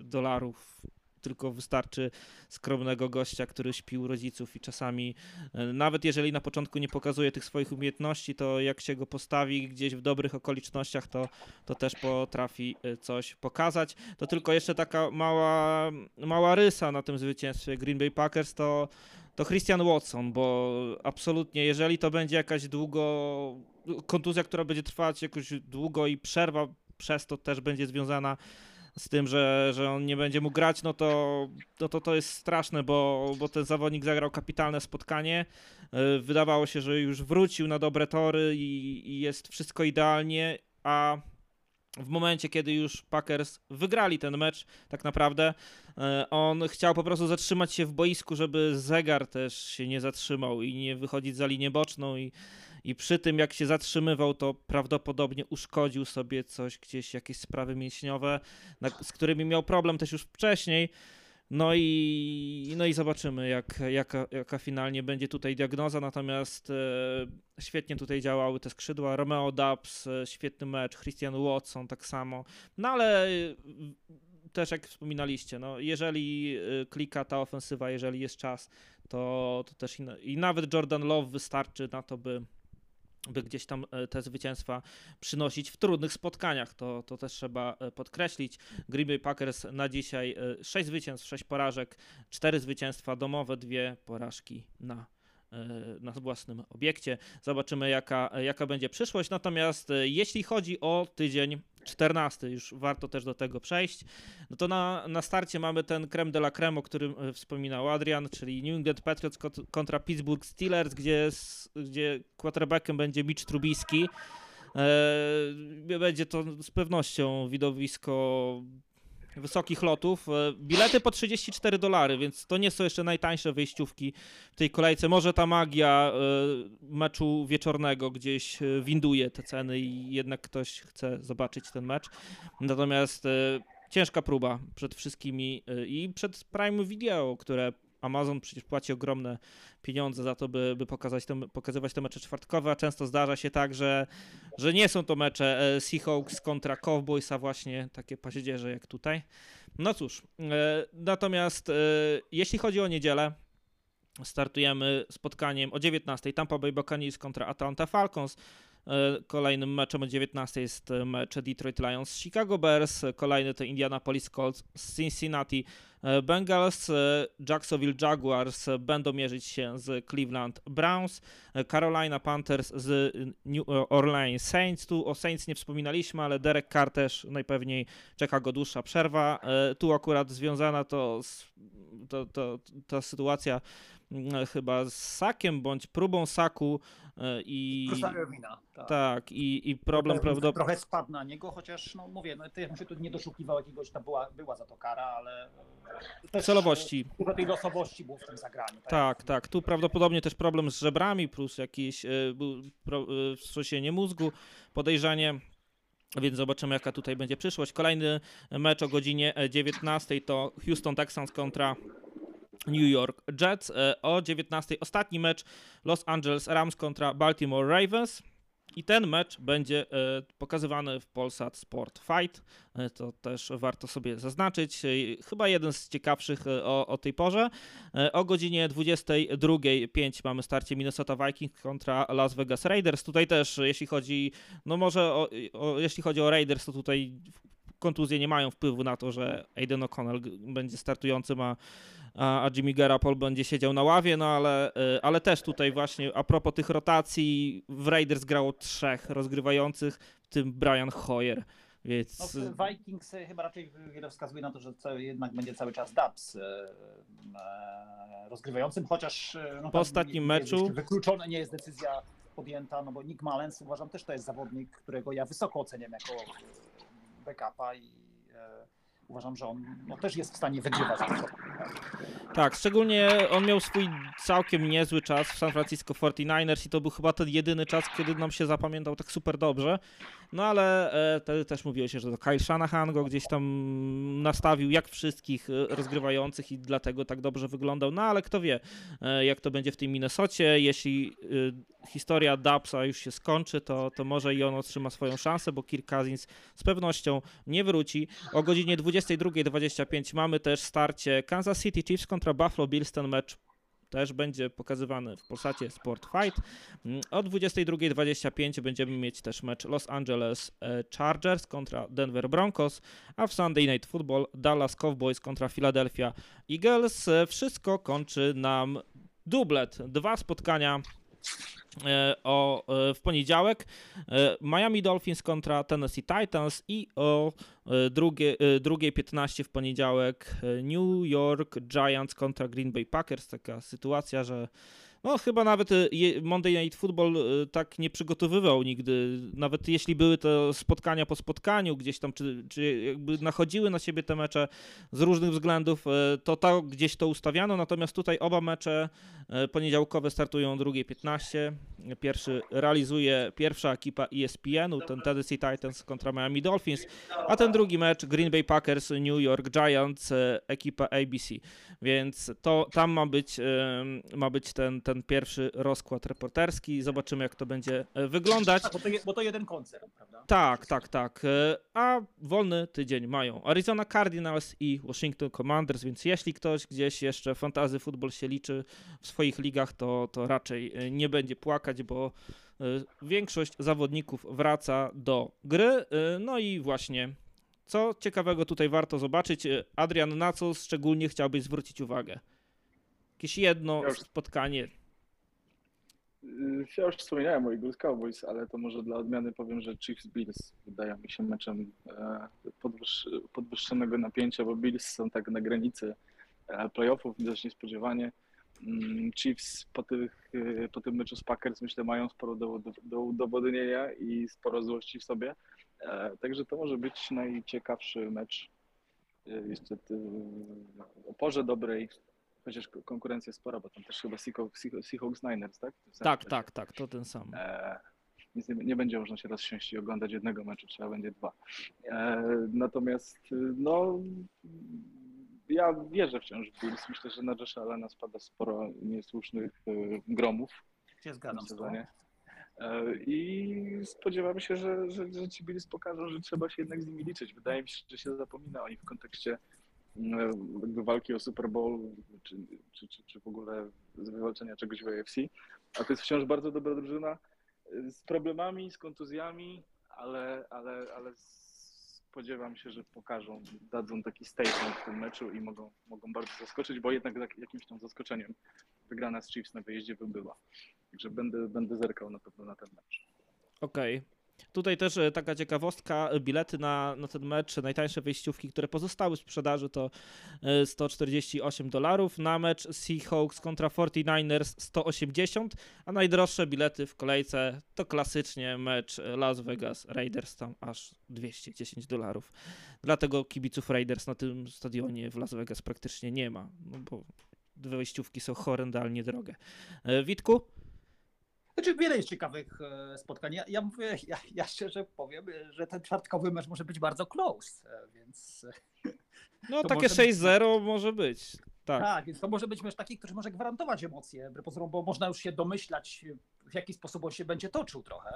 tylko wystarczy skromnego gościa, który śpi u rodziców i czasami, nawet jeżeli na początku nie pokazuje tych swoich umiejętności, to jak się go postawi gdzieś w dobrych okolicznościach, to też potrafi coś pokazać. To tylko jeszcze taka mała rysa na tym zwycięstwie Green Bay Packers, to Christian Watson, bo absolutnie, jeżeli to będzie jakaś kontuzja, która będzie trwać jakoś długo i przerwa przez to też będzie związana z tym, że on nie będzie mógł grać, no to jest straszne, bo ten zawodnik zagrał kapitalne spotkanie. Wydawało się, że już wrócił na dobre tory i jest wszystko idealnie, a w momencie, kiedy już Packers wygrali ten mecz, tak naprawdę on chciał po prostu zatrzymać się w boisku, żeby zegar też się nie zatrzymał i nie wychodzić za linię boczną i przy tym jak się zatrzymywał, to prawdopodobnie uszkodził sobie coś gdzieś, jakieś sprawy mięśniowe, z którymi miał problem też już wcześniej. No i zobaczymy, jaka finalnie będzie tutaj diagnoza, natomiast świetnie tutaj działały te skrzydła. Romeo Doubs, świetny mecz, Christian Watson tak samo, no ale też jak wspominaliście, no jeżeli klika ta ofensywa, jeżeli jest czas, to też i nawet Jordan Love wystarczy na to, by gdzieś tam te zwycięstwa przynosić w trudnych spotkaniach. To też trzeba podkreślić. Green Bay Packers na dzisiaj 6 zwycięstw, 6 porażek, 4 zwycięstwa domowe, 2 porażki na własnym obiekcie. Zobaczymy jaka będzie przyszłość. Natomiast jeśli chodzi o tydzień 14, już warto też do tego przejść, no to na starcie mamy ten creme de la creme, o którym wspominał Adrian, czyli New England Patriots kontra Pittsburgh Steelers, gdzie quarterbackiem będzie Mitch Trubisky. Będzie to z pewnością widowisko wysokich lotów. Bilety po $34, więc to nie są jeszcze najtańsze wyjściówki w tej kolejce. Może ta magia meczu wieczornego gdzieś winduje te ceny i jednak ktoś chce zobaczyć ten mecz. Natomiast ciężka próba przed wszystkimi i przed Prime Video, które Amazon przecież płaci ogromne pieniądze za to, by pokazywać te mecze czwartkowe, a często zdarza się tak, że nie są to mecze Seahawks kontra Cowboys, a właśnie takie paździerze jak tutaj. No cóż, natomiast jeśli chodzi o niedzielę, startujemy spotkaniem o 19:00 Tampa Bay Buccaneers kontra Atlanta Falcons. Kolejnym meczem o 19:00 jest mecz Detroit Lions z Chicago Bears, kolejny to Indianapolis Colts z Cincinnati Bengals, Jacksonville Jaguars będą mierzyć się z Cleveland Browns, Carolina Panthers z New Orleans Saints. Tu o Saints nie wspominaliśmy, ale Derek Carr też najpewniej czeka go dłuższa przerwa. Tu akurat związana ta sytuacja chyba z sakiem bądź próbą saku i tak, i problem prawdopodobnie trochę spadł na niego, chociaż no mówię, no to ja bym się tu nie doszukiwał jakiegoś, była za to kara, ale celowości. Dużo tej losowości było w tym zagraniu. Tak, tu prawdopodobnie też problem z żebrami plus jakieś wstrząsienie mózgu, podejrzenie. Więc zobaczymy, jaka tutaj będzie przyszłość. Kolejny mecz o godzinie 19:00 to Houston Texans kontra New York Jets. O 19:00 ostatni mecz Los Angeles Rams kontra Baltimore Ravens. I ten mecz będzie pokazywany w Polsat Sport Fight. To też warto sobie zaznaczyć. Chyba jeden z ciekawszych o tej porze. O godzinie 22:05 mamy starcie Minnesota Vikings kontra Las Vegas Raiders. Tutaj też, jeśli chodzi, no może jeśli chodzi o Raiders, to tutaj kontuzje nie mają wpływu na to, że Aiden O'Connell będzie startującym, a Jimmy Garoppolo będzie siedział na ławie, no ale też tutaj właśnie a propos tych rotacji w Raiders grało 3 rozgrywających, w tym Brian Hoyer, więc... No, Vikings chyba raczej wiele wskazuje na to, że jednak będzie cały czas Doubs rozgrywającym, chociaż no, po ostatnim meczu wykluczone nie jest decyzja podjęta, no bo Nick Mullens uważam też to jest zawodnik, którego ja wysoko oceniam jako backupa i uważam, że on też jest w stanie wygrywać. Tak, szczególnie on miał swój całkiem niezły czas w San Francisco 49ers i to był chyba ten jedyny czas, kiedy nam się zapamiętał tak super dobrze. No ale wtedy też mówiło się, że to Kyle Shanahan go gdzieś tam nastawił jak wszystkich rozgrywających i dlatego tak dobrze wyglądał. No ale kto wie, jak to będzie w tej Minnesocie. Jeśli historia Dubsa już się skończy, to może i on otrzyma swoją szansę, bo Kirk Cousins z pewnością nie wróci. O godzinie 22:25 mamy też starcie Kansas City Chiefs kontra Buffalo Bills. Ten mecz też będzie pokazywany w Polsacie Sport Fight. O 22:25 będziemy mieć też mecz Los Angeles Chargers kontra Denver Broncos, a w Sunday Night Football Dallas Cowboys kontra Philadelphia Eagles. Wszystko kończy nam dublet. 2 spotkania w poniedziałek, Miami Dolphins kontra Tennessee Titans i o 2:15 w poniedziałek New York Giants kontra Green Bay Packers. Taka sytuacja, że no chyba nawet Monday Night Football tak nie przygotowywał nigdy, nawet jeśli były to spotkania po spotkaniu gdzieś tam, czy jakby nachodziły na siebie te mecze z różnych względów, to gdzieś to ustawiano, natomiast tutaj oba mecze poniedziałkowe startują o 2:15. Pierwszy realizuje pierwsza ekipa ESPN-u, ten Tennessee Titans kontra Miami Dolphins, a ten drugi mecz Green Bay Packers, New York Giants, ekipa ABC, więc to tam ma być ten pierwszy rozkład reporterski. Zobaczymy, jak to będzie wyglądać. Bo to jeden koncert, prawda? Tak. A wolny tydzień mają Arizona Cardinals i Washington Commanders, więc jeśli ktoś gdzieś jeszcze fantasy football się liczy w swoich ligach, to raczej nie będzie płakać, bo większość zawodników wraca do gry. No i właśnie, co ciekawego tutaj warto zobaczyć. Adrian, na co szczególnie chciałbyś zwrócić uwagę? Jakieś jedno spotkanie. Ja już wspomniałem o Eagles Cowboys, ale to może dla odmiany powiem, że Chiefs Bills wydaje mi się meczem podwyższonego napięcia, bo Bills są tak na granicy playoffów, dość niespodziewanie. Chiefs po tym meczu z Packers, myślę, mają sporo do udowodnienia i sporo złości w sobie. Także to może być najciekawszy mecz jeszcze o porze dobrej, chociaż konkurencja spora, bo tam też chyba Seahawks Niners, tak? Tak, to ten sam. Więc nie będzie można się rozsiąść i oglądać jednego meczu, trzeba będzie 2. Natomiast no ja wierzę wciąż w Bills. Myślę, że na Josha Allena spada sporo niesłusznych gromów. Się zgadzam z tym. I spodziewam się, że ci Bills pokażą, że trzeba się jednak z nimi liczyć. Wydaje mi się, że się zapomina o nich w kontekście jakby walki o Super Bowl, czy w ogóle z wywalczenia czegoś w AFC. A to jest wciąż bardzo dobra drużyna z problemami, z kontuzjami, ale spodziewam się, że dadzą taki statement w tym meczu i mogą bardzo zaskoczyć, bo jednak jakimś tam zaskoczeniem wygrana z Chiefs na wyjeździe by była. Także będę zerkał na pewno na ten mecz. Okej. Tutaj też taka ciekawostka, bilety na ten mecz, najtańsze wejściówki, które pozostały w sprzedaży, to $148, na mecz Seahawks kontra 49ers 180, a najdroższe bilety w kolejce to klasycznie mecz Las Vegas Raiders, tam aż $210. Dlatego kibiców Raiders na tym stadionie w Las Vegas praktycznie nie ma, no bo wejściówki są horrendalnie drogie. Witku? Znaczy, wiele jest ciekawych spotkań. Ja mówię, ja szczerze powiem, że ten czwartkowy mecz może być bardzo close, więc... No takie 6-0 może być. Tak, więc to może być mecz taki, który może gwarantować emocje, bo można już się domyślać, w jaki sposób on się będzie toczył trochę.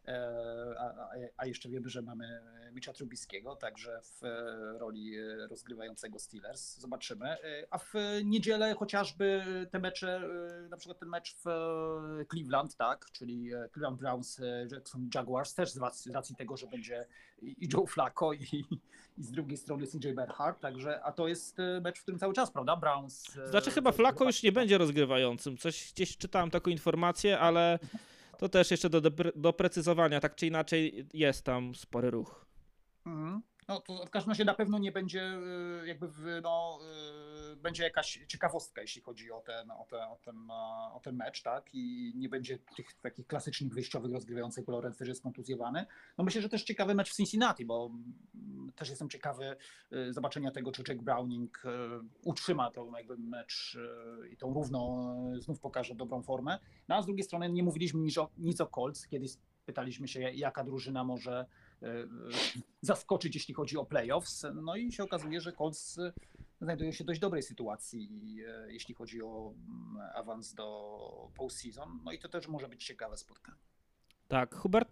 A jeszcze wiemy, że mamy Mitcha Trubiskiego, także w roli rozgrywającego Steelers. Zobaczymy. A w niedzielę chociażby te mecze, na przykład ten mecz w Cleveland, tak, czyli Cleveland Browns, Jackson Jaguars, też z racji tego, że będzie i Joe Flacco i z drugiej strony CJ Beathard, także, a to jest mecz, w którym cały czas, prawda, Browns... Znaczy chyba Flacco już nie będzie rozgrywającym. Coś gdzieś czytałem taką informację, ale to też jeszcze do doprecyzowania, tak czy inaczej jest tam spory ruch. No to w każdym razie na pewno nie będzie będzie jakaś ciekawostka, jeśli chodzi o ten mecz, tak? I nie będzie tych takich klasycznych wyjściowych rozgrywających, bo Lawrence też jest kontuzjowany. No myślę, że też ciekawy mecz w Cincinnati, bo też jestem ciekawy zobaczenia tego, czy Jake Browning utrzyma tą jakby mecz i tą równą znów pokaże dobrą formę. No a z drugiej strony nie mówiliśmy nic o Colts, kiedyś pytaliśmy się, jaka drużyna może zaskoczyć, jeśli chodzi o playoffs. No i się okazuje, że Colts znajdują się w dość dobrej sytuacji, jeśli chodzi o awans do postseason. No i to też może być ciekawe spotkanie. Tak, Hubert?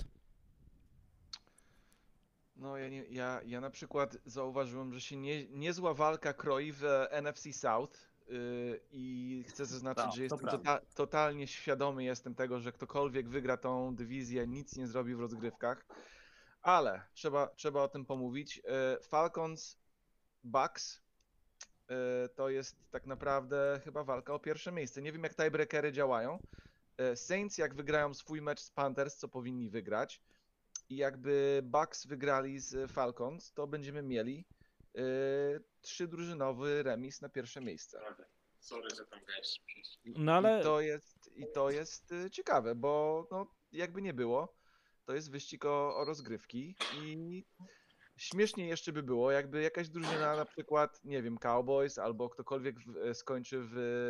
No ja na przykład zauważyłem, że się niezła walka kroi w NFC South i chcę zaznaczyć, że jestem totalnie świadomy tego, że ktokolwiek wygra tą dywizję, nic nie zrobi w rozgrywkach, ale trzeba o tym pomówić. Falcons, Bucks to jest tak naprawdę chyba walka o pierwsze miejsce. Nie wiem, jak tiebreakery działają. Saints jak wygrają swój mecz z Panthers, co powinni wygrać, i jakby Bucks wygrali z Falcons, to będziemy mieli 3-drużynowy remis na pierwsze miejsce. No ale... I to jest ciekawe, bo no, jakby nie było, to jest wyścig o rozgrywki i śmiesznie jeszcze by było, jakby jakaś drużyna, na przykład, nie wiem, Cowboys albo ktokolwiek skończy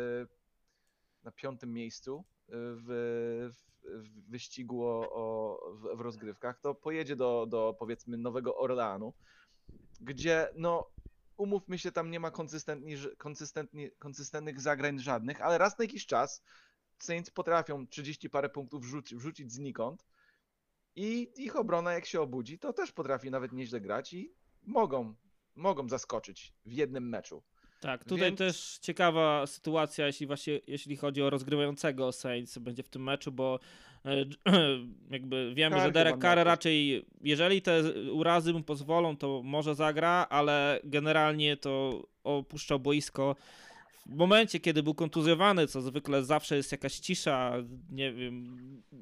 na 5. miejscu w wyścigu w rozgrywkach, to pojedzie do powiedzmy Nowego Orleanu, gdzie no umówmy się, tam nie ma konsystentnych zagrań żadnych, ale raz na jakiś czas Saints potrafią 30 parę punktów wrzucić znikąd i ich obrona, jak się obudzi, to też potrafi nawet nieźle grać i mogą zaskoczyć w jednym meczu. Tak, tutaj też ciekawa sytuacja, jeśli chodzi o rozgrywającego Saints będzie w tym meczu, bo jakby wiemy, że Derek Carr raczej, jeżeli te urazy mu pozwolą, to może zagra, ale generalnie to opuszczał boisko w momencie, kiedy był kontuzjowany, co zwykle zawsze jest jakaś cisza, nie wiem,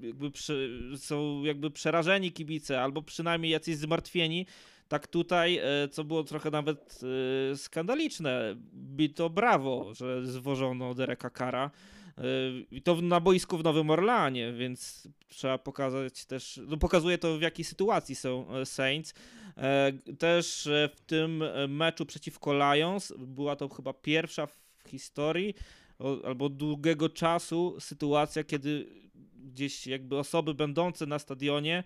są jakby przerażeni kibice, albo przynajmniej jacyś zmartwieni. Tak tutaj, co było trochę nawet skandaliczne, bito brawo, że zwożono Dereka Carra i to na boisku w Nowym Orleanie, więc trzeba pokazać też, no pokazuje to, w jakiej sytuacji są Saints. Też w tym meczu przeciwko Lions była to chyba pierwsza w historii albo od długiego czasu sytuacja, kiedy gdzieś jakby osoby będące na stadionie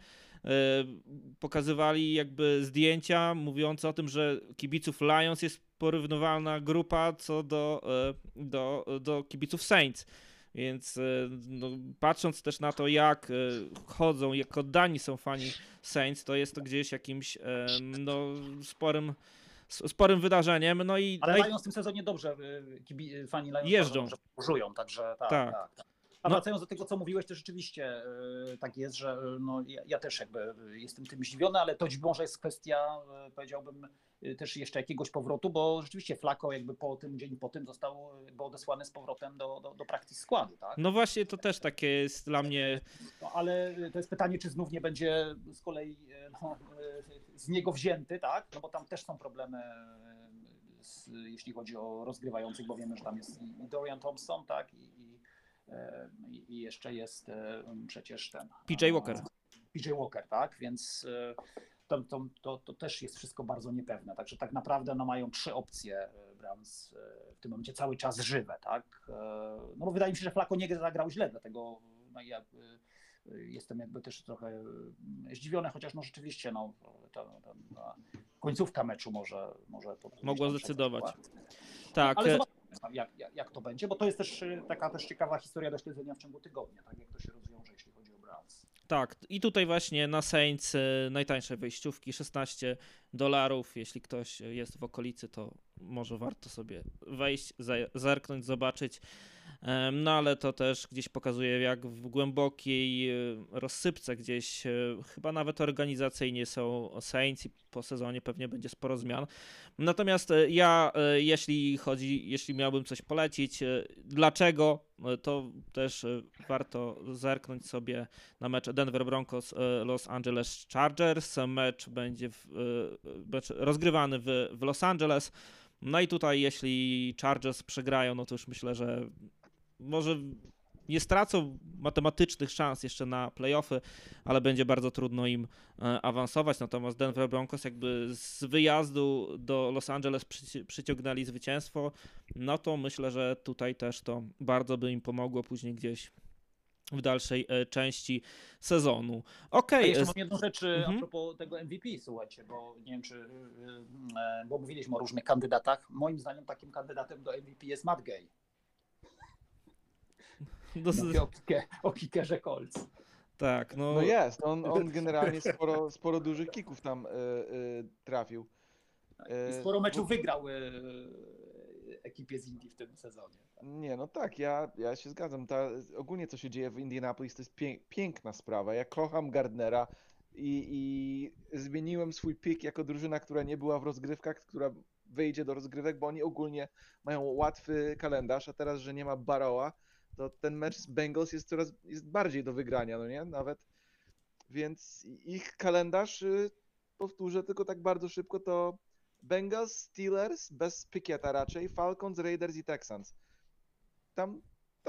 pokazywali jakby zdjęcia mówiące o tym, że kibiców Lions jest porównywalna grupa co do kibiców Saints. Więc no, patrząc też na to, jak chodzą, jak oddani są fani Saints, to jest to gdzieś jakimś no, sporym wydarzeniem. No i ale Lions w tym sezonie dobrze, fani Lions jeżdżą. Dobrze podróżują, także tak. A wracając do tego, co mówiłeś, to rzeczywiście tak jest, że no, ja też jakby jestem tym zdziwiony, ale to być może jest kwestia, powiedziałbym, też jeszcze jakiegoś powrotu, bo rzeczywiście Flacco jakby dzień po tym został jakby odesłany z powrotem do practice składu, tak? No właśnie, to też takie jest dla mnie... No, ale to jest pytanie, czy znów nie będzie z kolei z niego wzięty, tak? No bo tam też są problemy, jeśli chodzi o rozgrywających, bo wiemy, że tam jest i Dorian Thompson, tak? I jeszcze jest przecież ten PJ Walker. PJ Walker, tak? Więc to też jest wszystko bardzo niepewne. Także tak naprawdę no, mają 3 opcje Browns w tym momencie cały czas żywe, tak? No bo wydaje mi się, że Flacco nie zagrał źle, dlatego no, ja jestem jakby też trochę zdziwiony, chociaż no rzeczywiście no, ta końcówka meczu może to mogła zdecydować. Tak. Ale zobaczymy, jak to będzie, bo to jest też taka ciekawa historia do śledzenia w ciągu tygodnia, tak jak to się rozwiąże, jeśli chodzi o Browns. Tak, i tutaj właśnie na Saints najtańsze wejściówki, $16. Jeśli ktoś jest w okolicy, to może warto sobie wejść, zerknąć, zobaczyć. No ale to też gdzieś pokazuje, jak w głębokiej rozsypce gdzieś, chyba nawet organizacyjnie są Saints i po sezonie pewnie będzie sporo zmian. Natomiast ja, jeśli miałbym coś polecić, dlaczego, to też warto zerknąć sobie na mecz Denver Broncos Los Angeles Chargers. Mecz będzie mecz rozgrywany w Los Angeles. No i tutaj jeśli Chargers przegrają, no to już myślę, że może nie stracą matematycznych szans jeszcze na playoffy, ale będzie bardzo trudno im awansować. Natomiast Denver Broncos jakby z wyjazdu do Los Angeles przyciągnęli zwycięstwo, no to myślę, że tutaj też to bardzo by im pomogło później gdzieś w dalszej części sezonu. Okej. Jeszcze mam jedną rzecz a propos tego MVP, słuchajcie, bo nie wiem, czy bo mówiliśmy o różnych kandydatach. Moim zdaniem takim kandydatem do MVP jest Matt Gay. Mówię o kickerze Colts. Tak, No jest, on generalnie sporo dużych kików tam trafił. I sporo meczów wygrał ekipie z Indii w tym sezonie. Nie, no tak, ja się zgadzam. Ogólnie co się dzieje w Indianapolis to jest piękna sprawa. Ja kocham Gardnera i zmieniłem swój pick jako drużyna, która nie była w rozgrywkach, która wyjdzie do rozgrywek, bo oni ogólnie mają łatwy kalendarz, a teraz, że nie ma Barrowa, to ten mecz z Bengals jest jest bardziej do wygrania, no nie? Nawet. Więc ich kalendarz, powtórzę tylko tak bardzo szybko, to Bengals, Steelers, bez Picketta raczej, Falcons, Raiders i Texans. Tam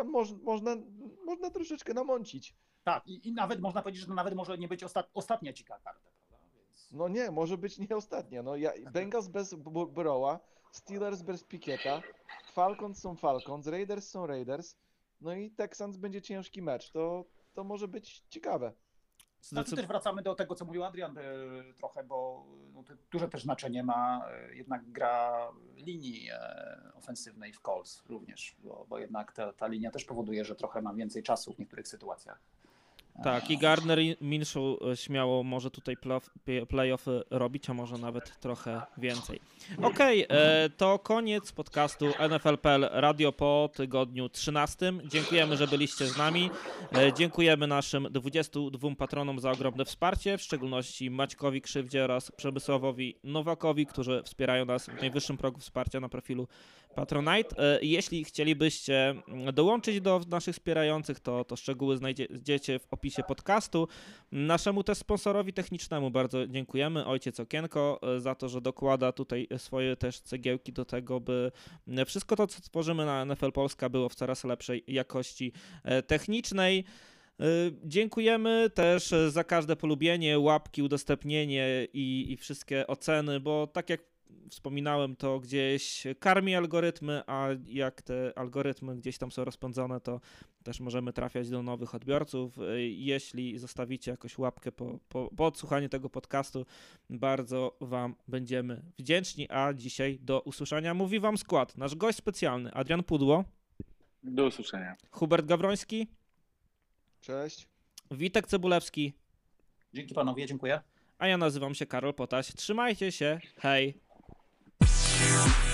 można troszeczkę namącić. Tak, i nawet można powiedzieć, że to nawet może nie być ostatnia dzika karta, prawda? Więc... No nie, może być nie ostatnia. No, Bengals bez Burrowa, Steelers bez Picketta, Falcons są Falcons, Raiders są Raiders, no i Texans będzie ciężki mecz. To może być ciekawe. Znaczy też wracamy do tego, co mówił Adrian trochę, bo no, to duże też znaczenie ma jednak gra linii ofensywnej w Colts również, bo jednak ta linia też powoduje, że trochę ma więcej czasu w niektórych sytuacjach. Tak, i Gardner i Minshew śmiało może tutaj playoffy robić, a może nawet trochę więcej. Okej, to koniec podcastu NFL.pl Radio po tygodniu 13. Dziękujemy, że byliście z nami. Dziękujemy naszym 22 patronom za ogromne wsparcie, w szczególności Maćkowi Krzywdzie oraz Przemysławowi Nowakowi, którzy wspierają nas w najwyższym progu wsparcia na profilu Patronite. Jeśli chcielibyście dołączyć do naszych wspierających, to szczegóły znajdziecie w opisie podcastu. Naszemu też sponsorowi technicznemu bardzo dziękujemy, Ojciec Okienko, za to, że dokłada tutaj swoje też cegiełki do tego, by wszystko to, co tworzymy na NFL Polska, było w coraz lepszej jakości technicznej. Dziękujemy też za każde polubienie, łapki, udostępnienie i wszystkie oceny, bo tak jak wspominałem, to gdzieś karmi algorytmy, a jak te algorytmy gdzieś tam są rozpędzone, to też możemy trafiać do nowych odbiorców. Jeśli zostawicie jakąś łapkę po odsłuchaniu tego podcastu, bardzo wam będziemy wdzięczni, a dzisiaj do usłyszenia mówi wam skład. Nasz gość specjalny Adrian Pudło. Do usłyszenia. Hubert Gawroński. Cześć. Witek Cebulewski. Dzięki panowie, dziękuję. A ja nazywam się Karol Potaś. Trzymajcie się, hej!